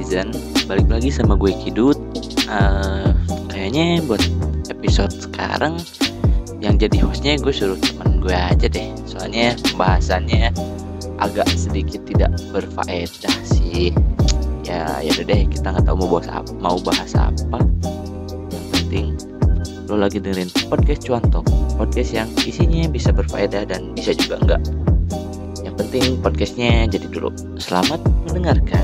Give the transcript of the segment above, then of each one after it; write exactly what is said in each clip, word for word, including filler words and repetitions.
netizen, balik lagi sama gue Kidut. uh, Kayaknya buat episode sekarang yang jadi hostnya gue suruh teman gue aja deh. Soalnya pembahasannya agak sedikit tidak berfaedah sih. Ya ya udah deh, kita nggak tahu mau bahas apa, mau bahas apa. Yang penting lo lagi dengerin podcast Cuantok, podcast yang isinya bisa berfaedah dan bisa juga enggak. Yang penting podcastnya jadi dulu. Selamat mendengarkan.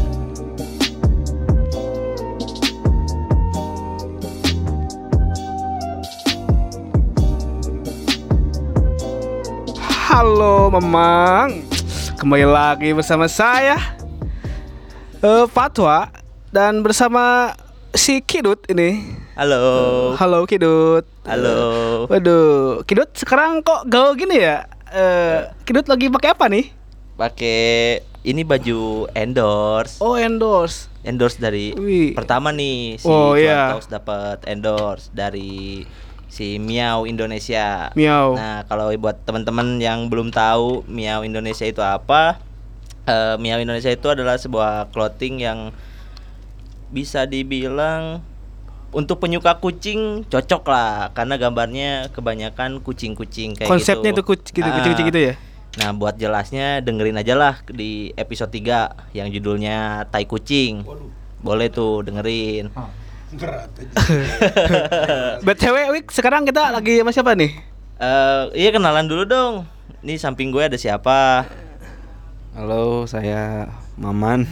Halo Memang, kembali lagi bersama saya uh, Fatwa dan bersama si Kidut ini. Halo. Halo Kidut. Halo. Waduh, Kidut sekarang kok gaul gini ya? Uh, Kidut lagi pakai apa nih? Pakai ini baju endorse. Oh, endorse. Endorse dari Wih. Pertama nih si Oh, iya. Cuantos dapat endorse dari si Miao Indonesia. Miao. Nah, kalau buat teman-teman yang belum tahu Miao Indonesia itu apa? Uh, Miao Indonesia itu adalah sebuah clothing yang bisa dibilang untuk penyuka kucing cocok lah, karena gambarnya kebanyakan kucing-kucing kayak Konsepnya gitu. itu kucing gitu, kucing-kucing gitu ya. Nah, buat jelasnya dengerin aja lah di episode tiga yang judulnya Tai Kucing. Boleh tuh dengerin. Berat aja. B T W Wik, sekarang kita lagi sama siapa nih? Eh, iya, kenalan dulu dong. Nih samping gue ada siapa? Halo, saya Maman.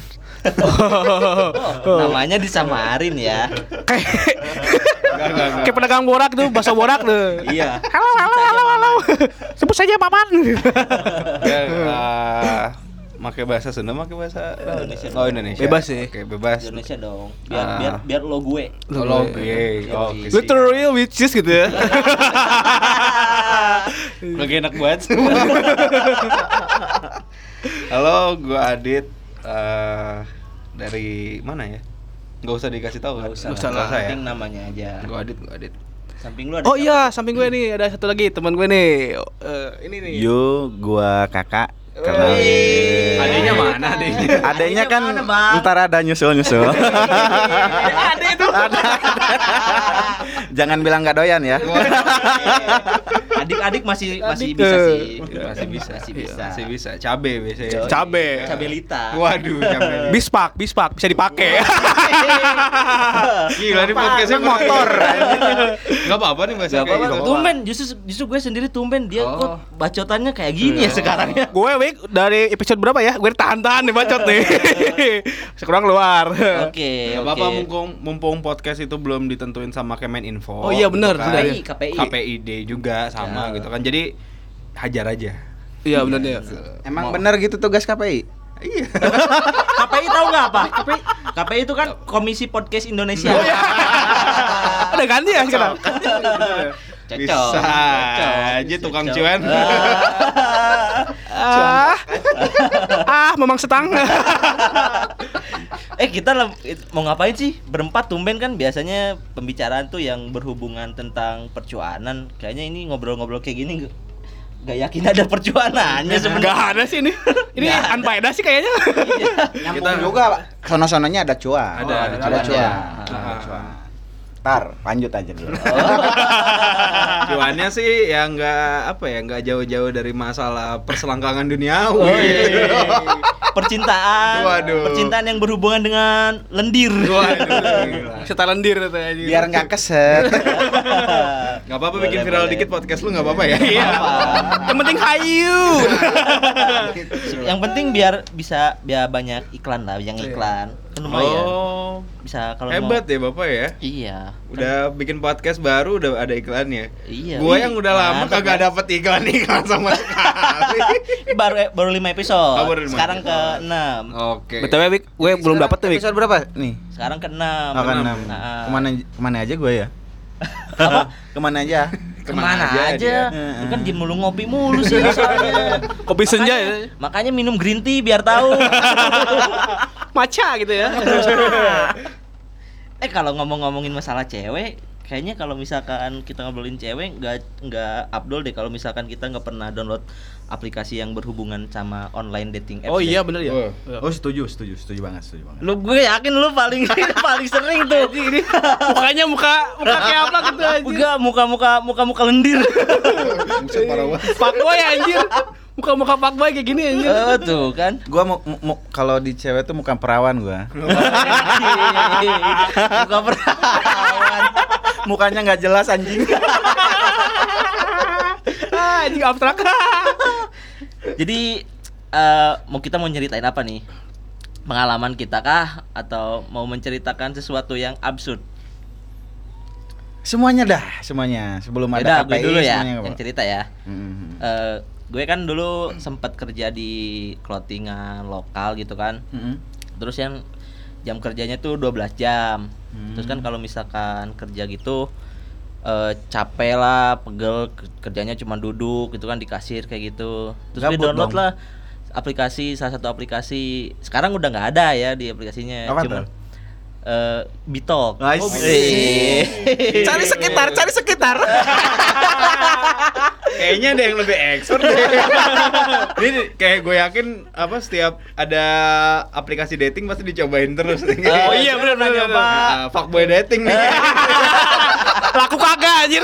Oh, namanya disamarin ya. Kayak pedagang borak tuh, bakso borak tuh. Iya. Halo, halo, halo, halo. Sebut saja Maman. Ya, uh, pakai bahasa Sunda, pakai bahasa Indonesia. Oh, Indonesia. Bebas sih. Oke, bebas. Indonesia dong. Biar Ah. biar biar lo gue. Lo gue. Oh, oke. Literally witches gitu ya. Lagi enak banget. Halo, gua Adit. Uh, dari mana ya? Gak usah dikasih tahu kan? Nggak usah, Nggak usah lah. ya. Penting namanya aja. Gua Adit, gua Adit. Samping lu ada Oh siapa? iya, samping gue nih ada satu lagi teman gue nih. Eh, ini nih. Yo, gua kakak. Karena Wih. Adiknya mana adiknya? adanya kan mana, Bang? ntar ada nyusul-nyusul. Ada itu. Jangan bilang gak doyan ya. Adik-adik masih masih Adik, bisa eh. sih. Masih bisa. Masih bisa. Masih bisa. Cabe biasanya. Cabe. Cabelita. Waduh, cabe. Bispak, bispak bisa dipakai. Gila nih podcastnya motor. Gak apa-apa nih bahasa Gak kayak apa-apa. gitu. Tumben, justru justru gue sendiri tumben dia Oh. kok bacotannya kayak gini ya sekarang ya. Gue Wik dari episode berapa ya? Gue tahan-tahan nih bacot nih. Sekarang keluar. Oke, Gak oke. apa-apa, mumpung, mumpung podcast itu belum ditentuin sama Kemeninfo. Oh iya, benar, gitu kan. benar. K P I. K P I D juga sama Ya. gitu kan. Jadi hajar aja. Iya benar ya. Emang bener gitu tugas K P I? Iya. K P I tahu nggak apa? K P I K P I itu kan Komisi Podcast Indonesia. Oh, iya. Udah ganti ya sekarang. Cocok. Bisa Cocok. aja tukang Cocok. cuan. Ah. Ah, memang setang. Eh, kita lem- mau ngapain sih? Berempat tumben kan biasanya pembicaraan tuh yang berhubungan tentang percuanan. Kayaknya ini ngobrol-ngobrol kayak gini gak, gak yakin ada percuanannya sebenarnya. Enggak ada sih ini. Ini Nggak ada. unfaedah sih kayaknya. Nyambung Kita- juga, sono-sononya ada cuan. Ada, Oh, ada ada cuan. cuan. Ah. Ada cuan. Ntar lanjut aja dulu. Cuannya sih ya nggak apa ya, nggak jauh-jauh dari masalah perselangkangan duniawi. Oh, iya. Percintaan. Waduh. Percintaan yang berhubungan dengan lendir. Waduh, gila. Setalendir tuh aja. Biar nggak keset. Nggak apa-apa bikin Boleh, viral boleh. dikit podcast lu, nggak apa-apa ya? Iya. Yang penting hayu. Yang penting biar bisa biar banyak iklan lah, yang iklan. Kan lumayan. Oh, Bisa kalau hebat mau. ya Bapak ya. Iya. Udah bikin podcast baru udah ada iklannya. Iya. Gua Ih, yang udah lama mantap, kagak Mas. dapet iklan-iklan sama sekali. baru baru lima episode. Oh, baru lima Sekarang ke episode. enam. Oke. B T W Wik, gue belum dapat tuh Wik. Episode berapa nih? Sekarang ke enam. Oh, kan enam. Nah, Kemana kemana aja gue ya? Apa? Kemana aja? Kemana, aja? dia? Lu kan di mulu ngopi mulu sih soalnya. Kopi senja Makanya- ya. Makanya minum green tea biar tahu. Maca gitu ya. Eh, kalau ngomong-ngomongin masalah cewek, kayaknya kalau misalkan kita ngobrolin cewek nggak nggak abdol deh kalau misalkan kita nggak pernah download aplikasi yang berhubungan sama online dating apps. Oh iya deh. bener ya. Oh. Iya. Oh setuju, setuju, setuju banget, setuju banget. Lu gue yakin lu paling paling sering tuh. Ini mukanya muka muka kayak apa gitu anjir. Enggak, muka-muka muka-muka lendir. Buset parah banget. Fuckboy anjir. Muka-muka fuckboy kayak gini anjir. Oh, tuh kan. Gua mau, mau kalau di cewek tuh muka perawan gua. Muka perawan. Mukanya nggak jelas anjing. Ah, anjing abstrak. Jadi uh, mau kita mau nyeritain apa nih? Pengalaman kita kah atau mau menceritakan sesuatu yang absurd? Semuanya dah, semuanya. Sebelum Yaudah, ada gue K P I dulu ya semuanya, yang Pak. cerita ya. Hmm. Uh, gue kan dulu sempat kerja di clothingan lokal gitu kan. Hmm. Terus yang jam kerjanya tuh dua belas jam. Hmm. Terus kan kalau misalkan kerja gitu uh, capek lah, pegel, kerjanya cuma duduk gitu kan di kasir kayak gitu. Terus gue Gabut download dong. lah aplikasi, salah satu aplikasi. Sekarang udah nggak ada ya di aplikasinya. Apa Cuma tuh? uh, Bitalk. Oh, Eh. Cari sekitar, cari sekitar. Kayaknya ada yang lebih expert deh. Ini kayak gue yakin apa setiap ada aplikasi dating pasti dicobain terus. Oh iya benar benar. nyoba. Nah, fuckboy dating nih. Laku kagak anjir.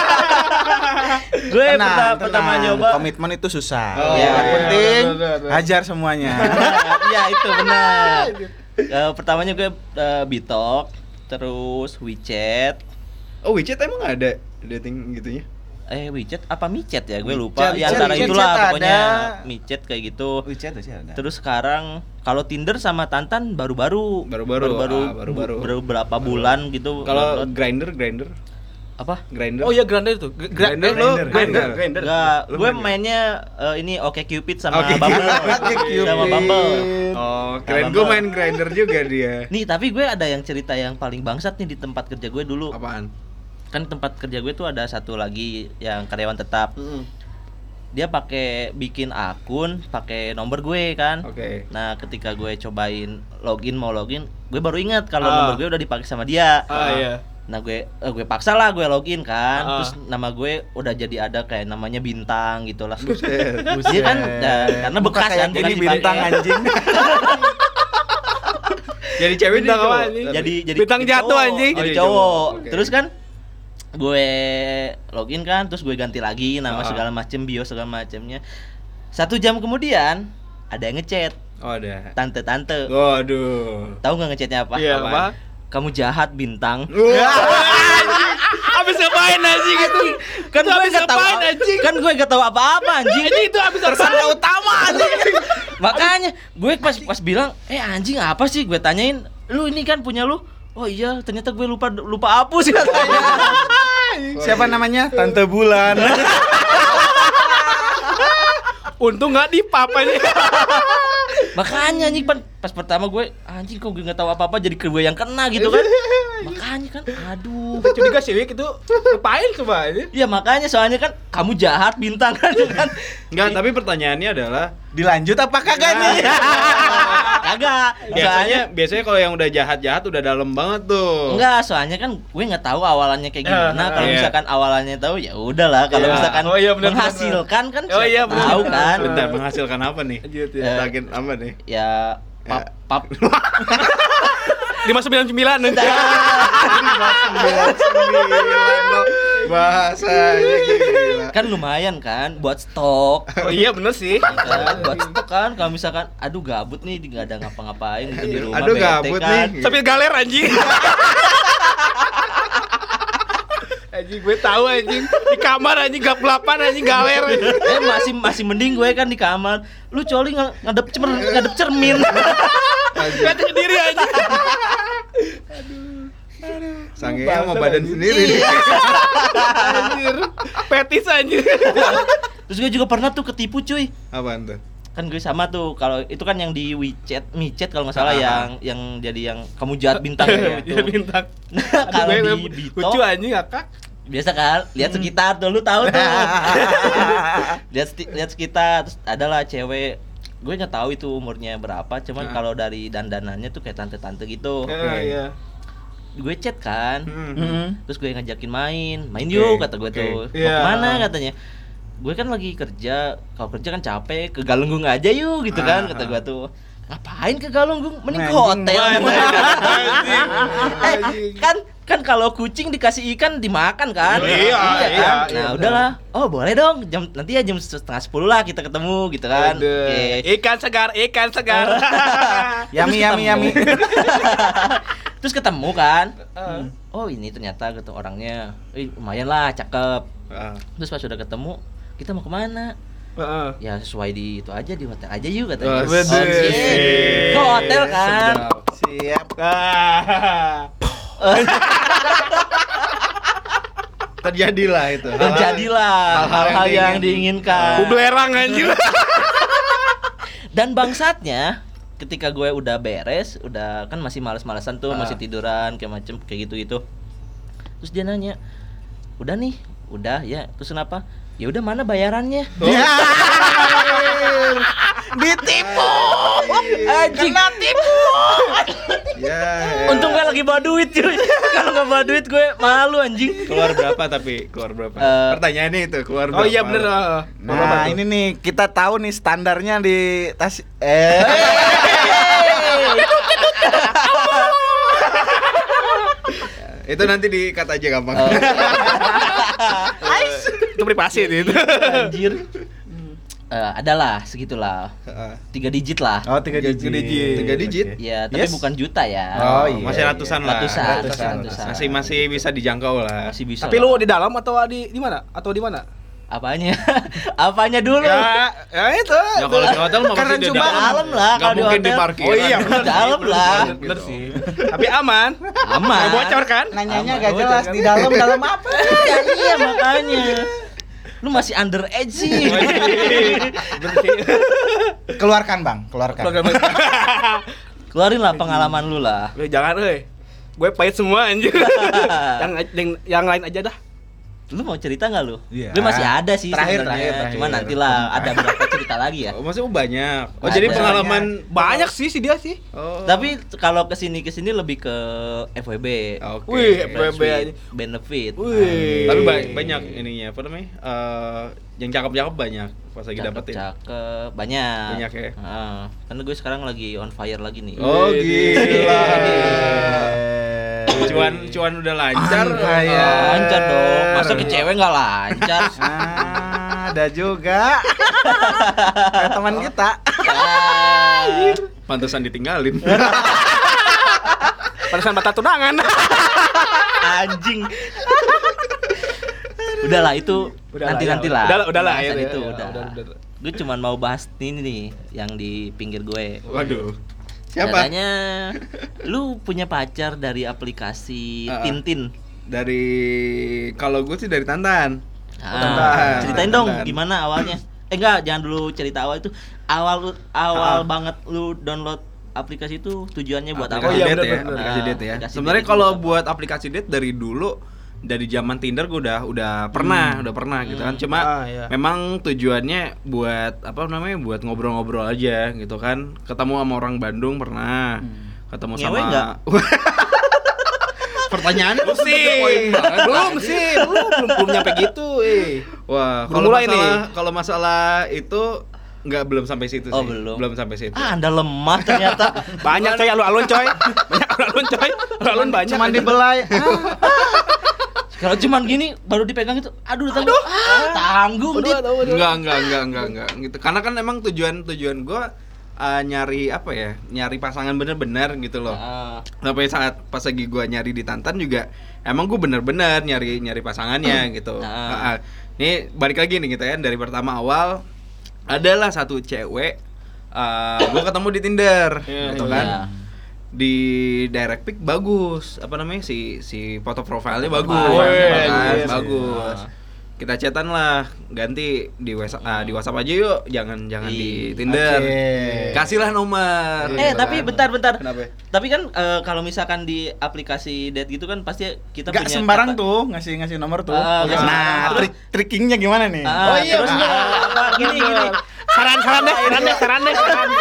Gue Tenang, pertama, pertama tenang. nyoba. Komitmen itu susah. Oh, iya, Yang iya, penting benar, benar, benar. hajar semuanya. Iya itu benar. Uh, pertamanya gue uh, Bitalk, terus WeChat. Oh, WeChat emang ada dating gitunya? Eh WeChat apa micet ya? Gue lupa. WeChat, Ya antara WeChat, itulah WeChat pokoknya ada. micet kayak gitu. WeChat sih ada. Terus sekarang kalau Tinder sama Tantan baru-baru. Baru-baru, baru-baru, ah, baru-baru. baru berapa bulan gitu. Kalau download. Grindr, Grindr, apa? Grindr. Oh iya Grindr itu. Grindr, lo Grindr. Grindr. Grindr. Enggak, Lu gue main nggak? mainnya eh, ini OkCupid sama Oke, Bumble. Cupid. Sama Bumble. Oh, keren Sama gue Bumble. main Grindr juga dia. Nih, tapi gue ada yang cerita yang paling bangsat nih di tempat kerja gue dulu. Apaan? Kan tempat kerja gue tuh ada satu lagi yang karyawan tetap. Mm. Dia pakai bikin akun, pakai nomor gue kan. Oke. Nah, ketika gue cobain login mau login, gue baru ingat kalau Ah. nomor gue udah dipakai sama dia. Ah iya. Nah, gue eh, gue paksa lah gue login kan. Ah. Terus nama gue udah jadi ada kayak namanya Bintang gitu lah. Buset. Iya kan, nah, karena Muka bekas kayak kan bekas gini dipakai. bintang anjing. Jadi cewek Bintang nih, apa cowok? anjing? Tapi- Jadi jadi Bintang jadi jatuh, cowok, anjing. Jadi Oh, iya, cowok. cowok. Oke. Terus kan gue login kan, terus gue ganti lagi nama Ah. segala macem, bio segala macemnya. Satu jam kemudian ada yang ngechat, Oh, ada. tante-tante. Waduh. Tahu nggak ngechatnya apa? Iya Apaan? apa? Kamu jahat Bintang. Abis ngapain anjing itu? Kan Itu gue abis nggak tahu. ngapain, anjing? Kan gue nggak tahu apa-apa anjing. Anjing itu abis tersangka utama anjing. Makanya gue pas pas bilang, "Eh anjing apa sih?" Gue tanyain, "Lu ini kan punya lu?" "Oh iya, ternyata gue lupa lupa hapus," katanya. Siapa namanya? Tante Bulan. Untung nggak di pap aja. Makanya anjing pas, pas pertama gue anjing kok gue nggak tahu apa-apa jadi ke gue yang kena gitu kan. Makanya kan aduh. Curiga sih Wik itu ngapain coba ini? Ya makanya soalnya kan kamu jahat Bintang kan. kan. Enggak, tapi pertanyaannya adalah Dilanjut apa kagak nih? Kagak. biasanya biasanya kalau yang udah jahat-jahat udah dalam banget tuh. Enggak, soalnya kan gue nggak tahu awalannya kayak gimana. Kalau Iya. misalkan awalannya tahu ya udahlah. Kalau Iya. misalkan Oh iya, benar, menghasilkan kan Oh iya, siapa benar, tahu benar. kan. Bentar, menghasilkan apa nih? Lanjut Eh, ya. Target apa nih? Ya pap pap. lima sembilan sembilan Bahasanya gila. Kan lumayan kan buat stok. Oh iya bener sih. Kan, buat stok kan kalau misalkan aduh gabut nih nggak ada ngapa-ngapain gitu di rumah Aduh, bete gabut kan. nih. Sambil galer anjing. Anjing gue tahu anjing di kamar anjing gelap-gelapan anjing galer. Eh masih masih mending gue kan di kamar. Lu coli ng- ngadep cermin, ngadep cermin. Lihat sendiri anjing. Sangenya sama badan sendiri nih. Anjir. Petis anjing. Terus gue juga pernah tuh ketipu cuy. Apaan tuh? Kan gue sama tuh kalau itu kan yang di WeChat, micet kalau nggak salah Ah. yang yang jadi yang kamu jahat Bintang Jadi gitu. bintang. Nah, kalau Aduh, di gue Bito lucu anjing akak. biasa kan lihat sekitar tuh lu tahu tuh. lihat sti- lihat sekitar terus adalah cewek gue nggak tahu itu umurnya berapa cuman Ah. kalau dari dandanannya tuh kayak tante-tante gitu. Ah, iya. gue chat kan. Mm-hmm. Terus gue ngajakin main, main Oke, yuk kata gue oke. tuh. Mau Iya. kemana katanya? Gue kan lagi kerja, kalau kerja kan capek, ke Galunggung aja yuk gitu kan Ah, kata ah. gue tuh. Ngapain ke Galunggung? Mending ke Anjing, hotel. Anjing. eh, kan kan kalau kucing dikasih ikan dimakan kan? Iya, kan? iya, Nah, iya, udahlah. Oh, boleh dong. Jam nanti ya jam setengah sepuluh lah kita ketemu gitu kan. Aduh. Oke. Ikan segar, ikan segar. Yami yami yami. Terus ketemu kan? Oh, ini ternyata gitu orangnya. Eh, lumayan lah, cakep. Ah. Terus pas sudah ketemu, kita mau kemana? Heeh. Ya sesuai di itu aja, di hotel aja yuk katanya. Wah, Oh, sedih. shit. Ke hotel kan? Sedap. Siap. Terjadilah itu. Terjadilah hal-hal hal-hal yang yang diingin. diinginkan. Bublerang anjir. Dan bangsatnya ketika gue udah beres, udah kan masih males-malesan tuh, Ah. masih tiduran kayak macem kayak gitu-gitu. Terus dia nanya, "Udah nih, udah ya." Terus kenapa? Ya udah, mana bayarannya? Ya. Ditipu. Anjing. Kena tipu. Ya. Untung gue lagi bawa duit cuy. Kalau nggak bawa duit gue malu anjing. Keluar berapa tapi? Keluar berapa? Eh, Pertanyaannya itu, keluar berapa? Oh iya bener. heeh. Nah, ini nih kita tahu nih standarnya di tas eh Itu nanti di-cut aja gampang. Oh. Itu privasi itu. Anjir. Eh, adalah segitulah. Heeh. Tiga digit lah. Oh, tiga digit. Tiga digit. Oke. Ya, tapi Yes. bukan juta ya. Oh, iya. Masih ratusan lah. Ratusan, Ratusan, ratusan. Masih masih bisa dijangkau lah. Masih bisa. Tapi lah. lu di dalam atau di di mana? Atau di mana? apanya? Apanya dulu? Ya, ya itu. Ya kalau di hotel mah Karena pasti di cuma dalam. dalam lah, Nggak kalau di mungkin di hotel. parkiran. Oh iya, bener. Dalam lah. Bener sih. Tapi aman. Aman. Nggak bocor kan? Nanyanya Aman. gak jelas di dalam dalam apa? Ya, iya makanya. Lu masih under age sih. Keluarkan bang, keluarkan. Keluarin lah pengalaman lu lah. Lu jangan euy. Gue pahit semua anjir. yang, yang yang lain aja dah. Lu mau cerita nggak lu? Iya. Lu masih ada sih Terakhir, sebenarnya. terakhir, terakhir. Cuma nantilah ada berapa cerita lagi ya. Oh, maksudnya banyak. Oh, Ada. jadi pengalaman Banyak sih si dia sih. Oh. Tapi kalau kesini kesini lebih ke F W B. Oke. Wih, Friends F W B with aja. benefit. Wih. Tapi ba- banyak ininya, apa namanya? Eh, yang cakep-cakep banyak pas lagi dapetin. Cakep, banyak. Banyak ya? Heeh. Karena gue sekarang lagi on fire lagi nih. Oh, gila. Eh, Cuan cuan udah lancar. Ah, ya. Lancar dong. Masa ke cewek nggak lancar? Ah, ada juga. Kayak teman kita. Ah. Pantesan ditinggalin. Pantesan batal tunangan. Anjing. Udahlah itu Udahlah, nanti-nanti ya. lah. Udahlah, udahlah, Pembahasan ya, itu ya, udah. udah, udah. Gue cuman mau bahas ini nih yang di pinggir gue. Waduh. Siapa? Katanya lu punya pacar dari aplikasi Ah, ah. Tintin. Dari kalau gue sih dari Tantan. Ah, Tantan. ceritain dong Tantan. gimana awalnya. Eh enggak, jangan dulu cerita awal itu. Awal lu- awal Ah. banget lu download aplikasi itu tujuannya buat apa? Aplikasi Oh iya, date bener, ya, bener. aplikasi Ah, date ya. aplikasi Sebenarnya date kalau itu buat aplikasi date dari dulu, dari zaman Tinder gue udah udah pernah, udah pernah gitu kan. Cuma Ah, iya. memang tujuannya buat apa namanya? Buat ngobrol-ngobrol aja gitu kan. Ketemu sama orang Bandung pernah. Ketemu Ngewe sama nggak? Pertanyaannya Belum sih. Belum sih, belum belum belum nyampe gitu, eh. Wah, Belum kalau mulai masalah nih. kalau masalah itu nggak belum sampai situ Oh, sih. belum. Belum sampai situ. Ah, Anda lemah ternyata. Banyak coy alun-alun coy. Banyak alun-alun coy. Alun banyak. Cuman dibelai. Kalau cuman gini baru dipegang itu, aduh tanggung. Ah, tanggung Aduh, Dit. aduh, aduh. Enggak, enggak, enggak, enggak, enggak gitu. Karena kan emang tujuan tujuan gua uh, nyari apa ya? Nyari pasangan bener-bener gitu loh. Ah, Sampai saat pas lagi gua nyari di Tantan juga emang gua bener-bener nyari nyari pasangannya gitu. Ah. Ah, ah. Nih balik lagi nih gitu ya, dari pertama awal adalah satu cewek uh, gua ketemu di Tinder Iya, gitu iya. kan. Di direct pic bagus, apa namanya si si foto profilnya bagus, Wih, ya kan? iya, bagus. Kita chatan lah, ganti di WhatsApp, ah, di WhatsApp aja yuk, jangan jangan di Ih, Tinder. oke. Kasihlah nomor. Eh, gitu tapi kan. bentar-bentar. Kenapa? Tapi kan eh, kalau misalkan di aplikasi date gitu kan pasti kita Gak punya sembarang kata- tuh ngasih ngasih nomor tuh. Ah, nggak nah, sembarang. trik trickingnya gimana nih? Ah, Oh iya, terus lu benar. apa, gini gini. Saran-saran deh, saran deh, saran deh, saran.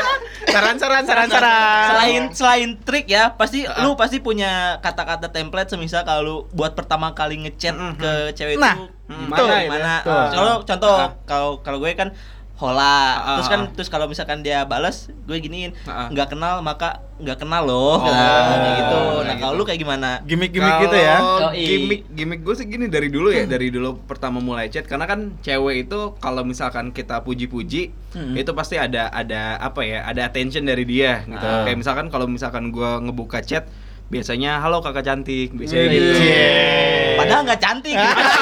Saran-saran, saran-saran. Selain selain trik ya, pasti lu pasti punya kata-kata template semisal kalau lu buat pertama kali ngechat ke cewek Nah, itu hmm, gimana betul. gimana. Betul. Kalau contoh kalau kalau gue kan hola, Ah, terus ah, kan ah. terus kalau misalkan dia balas, gue giniin, Ah, ah. nggak kenal maka nggak kenal loh, Oh, nah, kayak gitu. kayak Nah, kalau gitu. lu kayak gimana? Gimik-gimik gitu ya. Kalau Yoi. gimmick gimmick gue sih gini dari dulu ya, dari dulu pertama mulai chat karena kan cewek itu kalau misalkan kita puji-puji itu pasti ada ada apa ya, ada attention dari dia gitu. Ah. Kayak misalkan kalau misalkan gue ngebuka chat biasanya halo kakak cantik, biasanya Iya. gitu. Padahal nggak cantik.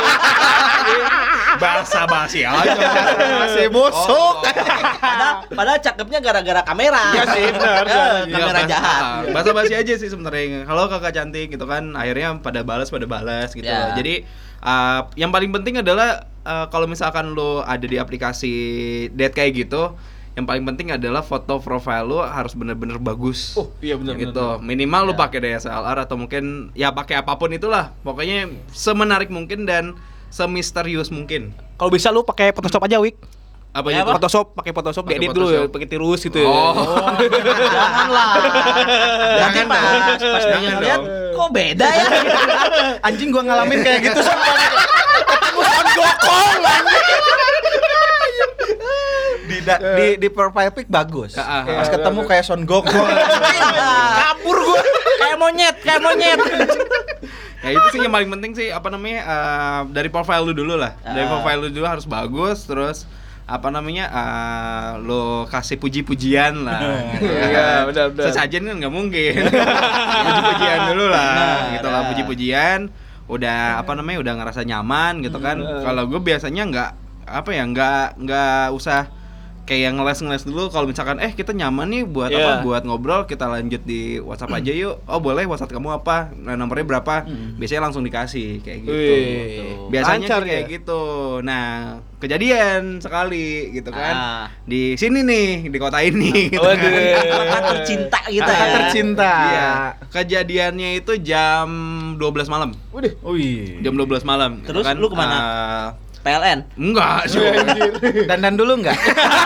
Bahasa basi aja. Masih busuk. padahal padahal cakepnya gara-gara kamera. Iya sih, benar, Eh, benar. kamera Iya, jahat. bahasa- Bahasa basi aja sih sebenarnya. Halo kakak cantik gitu kan. Akhirnya pada balas pada balas gitu. Ya. Jadi uh, yang paling penting adalah uh, kalau misalkan lo ada di aplikasi date kayak gitu, yang paling penting adalah foto profile lo harus bener-bener bagus. Oh, iya benar Gitu. Minimal lo Ya. pakai D S L R atau mungkin ya pakai apapun itulah. Pokoknya semenarik mungkin dan semisterius mungkin. Kalau bisa lu pakai Photoshop aja, Wik. Apa Ya, itu? apa? Photoshop, pakai Photoshop, Pakai diedit dulu ya, Photoshop. pakai tirus gitu ya. Oh. Janganlah. Nanti Jangan pas dong. pas dia Jangan ngeliat, dong. kok beda ya? Anjing gua ngalamin kayak gitu sama di, da- di di profile pic bagus. Ah, ah, Pas ah. ketemu kayak Son Goku. Kabur gua. Kayak monyet, kayak monyet. Ya itu sih yang paling penting sih apa namanya uh, dari profile lu dulu lah. Dari Ah. profile lu dulu harus bagus terus apa namanya uh, lo kasih puji-pujian lah. Iya, benar, benar. Sesajen kan nggak mungkin. Puji-pujian dulu lah, Benar. gitu lah puji-pujian. Udah apa namanya udah ngerasa nyaman gitu kan. Kalau gue biasanya nggak apa ya nggak nggak usah kayak ngeles-ngeles dulu. Kalau misalkan eh kita nyaman nih buat Iya. apa buat ngobrol, kita lanjut di WhatsApp aja yuk. Oh boleh, WhatsApp kamu apa, nah, nomornya berapa, biasanya langsung dikasih kayak gitu. Wih, Biasanya lancar sih kayak ya? gitu. Nah kejadian sekali gitu kan Ah. di sini nih di kota ini gitu Waduh. kan. Kota tercinta kita Kota ya. tercinta. Iya. Kejadiannya itu jam dua belas malam. Waduh. Wih. Jam dua belas malam. gitu Terus kan. lu kemana? Eh, P L N. enggak sih. Dandan dulu enggak?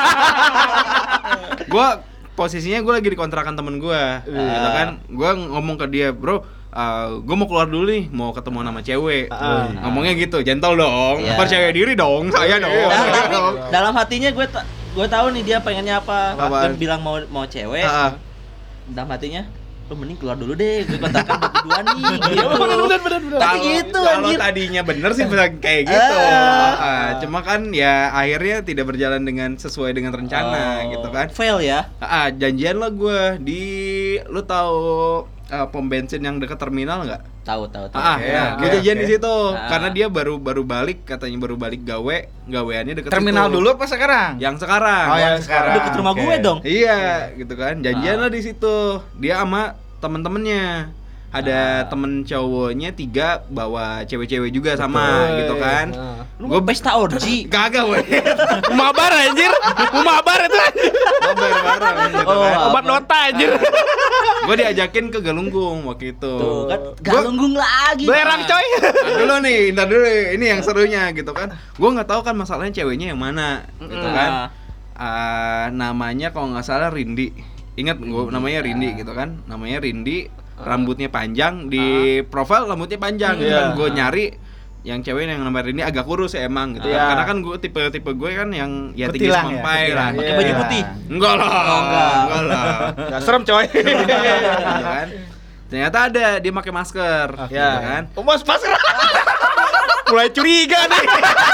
Gua posisinya gue lagi di kontrakan temen gue, gitu kan. Gue ngomong ke dia, bro, uh, gue mau keluar dulu nih, mau ketemu sama cewek. Ah. Ngomongnya gitu, gentle dong, Iya. percaya diri dong, saya dong. Dan, Saya tapi dong. dalam hatinya gue ta- gue tahu nih dia pengennya apa. Apaan? Dia bilang mau mau cewek. Ah, ah. Dalam hatinya, lu mending keluar dulu deh, gue kontakkan berdua nih. Gitu. Benar, benar, benar, benar. Tapi Kalau- gitu, kalau anjir. tadinya bener sih bisa kayak gitu. Ah. Ah, cuma kan ya akhirnya tidak berjalan dengan sesuai dengan rencana Oh, gitu kan. Fail ya. Ah, janjian lah gue di, lu tahu uh, pom bensin yang dekat terminal nggak? Tahu tahu tahu. Ah, Oke, ya, oke, gue janjian oke. di situ Ah. karena dia baru baru balik, katanya baru balik gawe, gaweannya deket Terminal situ. dulu apa sekarang? Yang sekarang. Oh, yang sekarang. Deket rumah Oke. gue dong. Iya, gitu kan. Janjian Ah. lah di situ. Dia sama temen-temennya. Ada Ah. temen cowoknya tiga bawa cewek-cewek juga sama gitu kan. Ah. Lu mau pesta orgi. Kagak, weh. Mabar anjir. Mabar itu. Gua bareng-bareng gitu Oh, kan. Obat apa? nota anjir. Gue diajakin ke Galunggung waktu itu. Tuh kan galunggung lagi. Belerang coy. Ntar dulu nih, ntar dulu ini yang serunya gitu kan. Gue nggak tahu kan masalahnya ceweknya yang mana gitu Mm. kan. Ah, namanya kalau nggak salah Rindi. Ingat gue namanya Rindi gitu kan. Namanya Rindi, rambutnya panjang, di profile rambutnya panjang gitu Iya. kan. Gue nyari yang cewek yang namanya Rindi agak kurus ya emang gitu Iya. kan. Karena kan gue tipe-tipe gue kan yang ya tinggi Kutilang ya, semampai kutilang. lah. Pakai baju Iya. putih. Enggak lah, Oh, enggak. enggak lah. Gak serem coy. Gitu kan. Ternyata ada dia pakai masker, Ya. gitu kan. Oh, mas masker. Mulai curiga nih.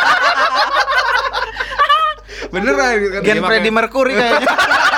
Beneran gitu kan. Gen dia pakai- Freddie Mercury kayaknya.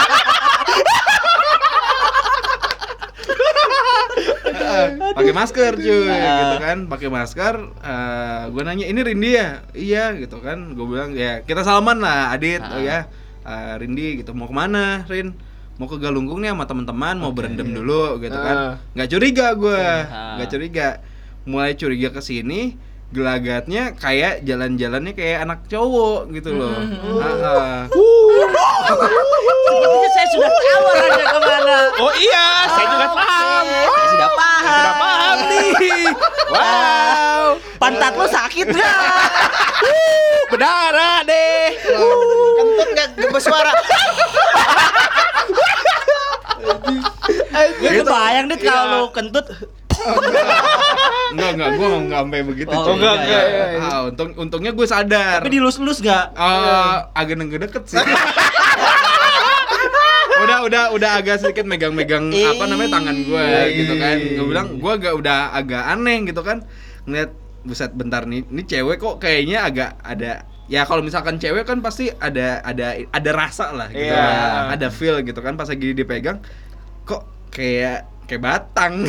pakai masker cuy Ah. gitu kan, pakai masker. Uh, gue nanya ini Rindi ya, iya gitu kan. Gue bilang ya kita salaman lah Adit. Ah. Oh ya, uh, Rindi gitu, mau kemana Rin? Mau ke Galunggung nih sama teman-teman, mau berendam dulu gitu kan. Nggak curiga gue, Ah. nggak curiga. Mulai curiga ke sini, gelagatnya kayak jalan-jalannya kayak anak cowok gitu loh. Ah, ah. Sepertinya saya sudah tahu arahnya kemana. Oh iya, saya juga paham. Saya sudah paham. Sudah paham nih. Wow. Pantat lu sakit nggak? Berdarah deh. Kentut enggak bersuara. Gue kebayang deh kalau lu kentut. Enggak, enggak, gue enggak sampai begitu. Oh, cuy. enggak, enggak, iya, iya. Ah, untung untungnya gue sadar. Tapi dilus-lus enggak? Eh, agak deket sih. udah udah udah agak sedikit megang-megang apa namanya tangan gue gitu kan. Gue bilang gue agak udah agak aneh gitu kan. Ngeliat buset bentar nih, ini cewek kok kayaknya agak ada. Ya kalau misalkan cewek kan pasti ada ada ada rasa lah gitu. Yeah. Ada feel gitu kan pas lagi dipegang kok kayak kayak batang.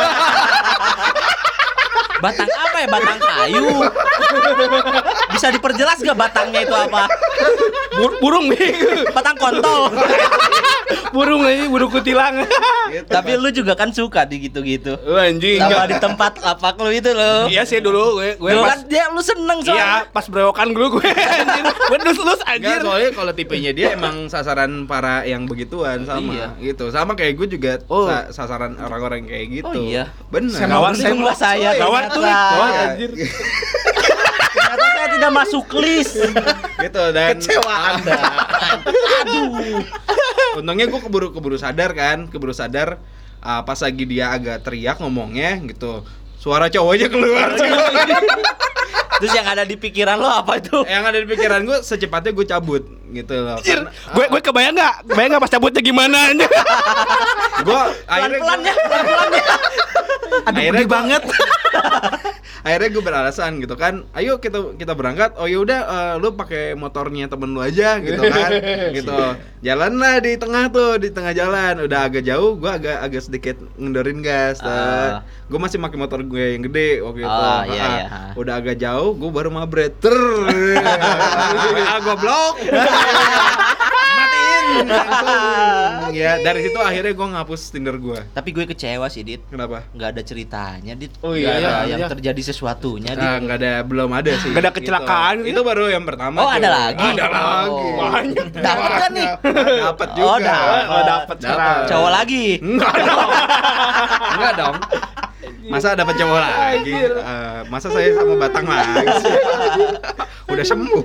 Batang apa ya? Batang kayu. Bisa diperjelas gak batangnya itu apa? Bur- burung nih. Batang kontol. Burung ini, burung kutilang. Gitu, Tapi lu juga kan suka di gitu-gitu. Lu anjing. Sama di tempat lapak lu itu lo. Iya sih dulu gue gue Dulu pas kan dia lu seneng Iya, soalnya. pas berewokan dulu gue anjir. Gue lus-lus Enggak, anjir. soalnya kalau tipenya dia emang sasaran para yang begituan sama Iya. gitu. Sama kayak gue juga Oh. sa- sasaran orang-orang kayak gitu. Oh iya. Bener. Gawat, Jumlah saya Gawat tuh. ternyata. Gawat Iya. anjir. Ternyata saya tidak masuk list. Gitu dan Kecewa Anda. Aduh. untungnya gue keburu keburu sadar kan, keburu sadar uh, pas lagi dia agak teriak ngomongnya gitu. Suara cowoknya keluar. Terus yang ada di pikiran lo apa itu? Yang ada di pikiran gue secepatnya gue cabut gitu loh. Anjir, Karena- gue gue kebayang enggak? Kebayang enggak pas cabutnya gimana anjir? gue akhirnya Pelan-pelan ya, pelan-pelan ya. akhirnya gua- banget. akhirnya gue beralasan gitu kan, ayo kita kita berangkat. Oh ya udah, uh, lu pakai motornya temen lu aja gitu kan. Gitu jalan lah di tengah tuh, di tengah jalan udah agak jauh, gue agak agak sedikit ngendorin gas. Ah. Gue masih pakai motor gue yang gede waktu itu. Oh, iya, Ah, iya. udah agak jauh gue baru mabret ter ah gue blok matiin langsung. Ya dari situ akhirnya gue ngapus Tinder gue. Tapi gue kecewa sih, Dit. Kenapa? Nggak ada ceritanya, Dit. Oh, Nggak iya, ada iya, yang iya. terjadi sesuatunya, Dit. Ah, nggak ada, belum ada sih. Nggak ada kecelakaan Gitu. gitu? Itu baru yang pertama. Oh, tuh. ada lagi. Ada lagi. Oh. Banyak. Dapat kan nih? Dapat juga. Oh, dapat. Oh, dapat sekarang. Cowok lagi. Enggak dong. Enggak dong. Masa dapat cowok lagi? Eh, masa saya sama Batang lagi? Udah sembuh.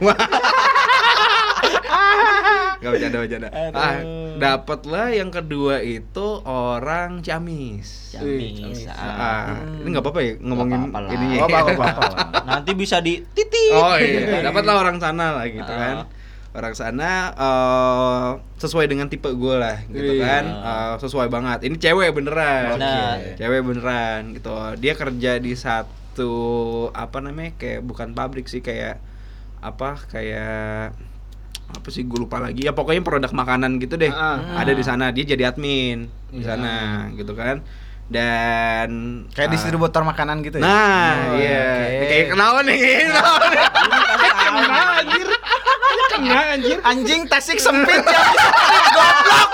Gak bercanda bercanda. Ah, dapat lah yang kedua itu orang Ciamis. Ciamis. Ah, ini nggak apa-apa ya ngomongin apa-apa lah. ininya. Oh, apa-apa. Nanti bisa di titik. Oh iya, dapatlah orang sana lah gitu Ah. kan. Orang sana eh, sesuai dengan tipe gue lah gitu Iya. kan. Eh, sesuai banget. Ini cewek beneran. Benar. Cewek beneran gitu. Dia kerja di satu apa namanya kayak bukan pabrik sih, kayak apa kayak apa sih gue lupa lagi. Ya pokoknya produk makanan gitu deh. Ah. Ada di sana. Dia jadi admin di Iya. sana gitu kan. Dan Kayak ah, distributor makanan gitu ya. Nah, Oh, iya. oke. Kayak kenalan nih. kenalan. Kena anjir. Kena anjir. Anjing Tasik sempit ya. Goblok.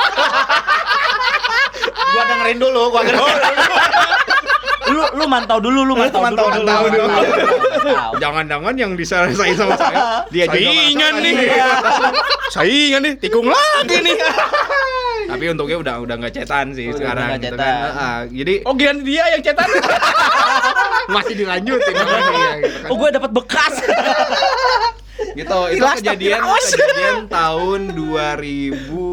Gua dengerin dulu, gua dengerin dulu. Lu lu mantau dulu, lu mantau, Mantau dulu. dulu, Mantau dulu. Mantau. Jangan-jangan yang diselesain sama saya dia juga Saingan merasakan. nih. Saingan nih, tikung lagi nih. Tapi untungnya udah udah nggak cetan sih Udah sekarang nggak gitu cetan. kan. Ah, jadi Oh, gian dia yang cetan. masih dilanjutin sama dia gitu kan. Oh, gue dapat bekas. Gitu. Itu Ilas tapi kejadian raos. kejadian tahun dua ribu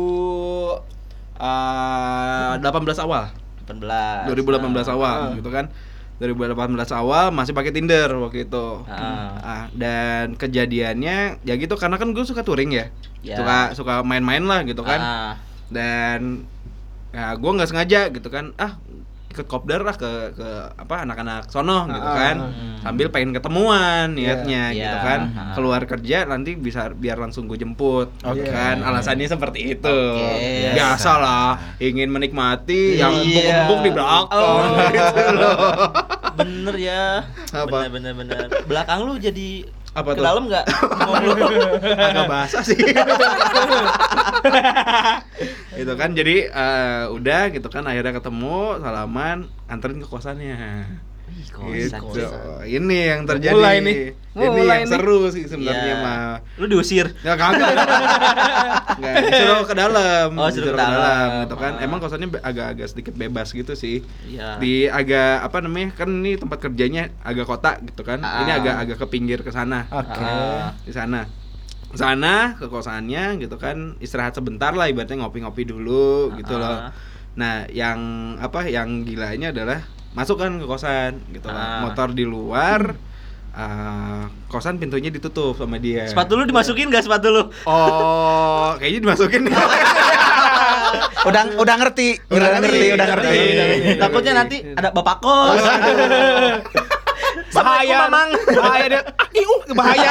delapan belas awal. delapan belas. dua ribu delapan belas awal gitu kan. dua ribu delapan belas awal masih pakai Tinder waktu itu. Ah. Ah, dan kejadiannya ya gitu karena kan gue suka touring ya. Ya. Suka suka main-main lah gitu kan. Ah. Dan ya gue nggak sengaja gitu kan, ah ikut kopdar lah ke ke apa anak-anak sono gitu kan, sambil pengen ketemuan niatnya Iya. gitu kan, Ah. keluar kerja nanti bisa biar langsung gue jemput Oke. kan, alasannya seperti itu. Oke. Biasa lah, ingin menikmati yang Iya. empuk-empuk di belakang Oh. gitu loh. Bener ya. Apa? Bener bener bener. Belakang lu jadi Apa ke tuh? dalam nggak? Ngomong lu. Agak basah sih. Gitu kan, jadi eh, udah gitu kan, akhirnya ketemu, salaman, anterin ke kosannya. Kosan, Gitu. kosan. Ini yang terjadi. Mulai nih. Ini Mulai yang nih. seru sih sebenarnya Iya. mah. Lu diusir. Ya kagak. Enggak, disuruh ke dalam. Oh, suruh ke dalam. gitu kan. Ah. Emang kosannya be- agak-agak sedikit bebas gitu sih. Iya. Di agak apa namanya? Kan ini tempat kerjanya agak kota gitu kan. Ah. Ini agak-agak ke pinggir ke sana. Oke. Ah. Di sana. Sana ke kosannya gitu kan, istirahat sebentar lah, ibaratnya ngopi-ngopi dulu gitu Ah. loh. Nah, yang apa yang gilanya adalah masuk kan ke kosan gitu Ah. lah. Motor di luar, uh, kosan pintunya ditutup sama dia. Sepatu lu dimasukin gak sepatu lu? Oh, kayaknya dimasukin. Udah udah ngerti, udah ngerti, udah ngerti. Takutnya nanti ada bapak kos. Bahaya, Mamang. bahaya dia. Ah, iuh, bahaya.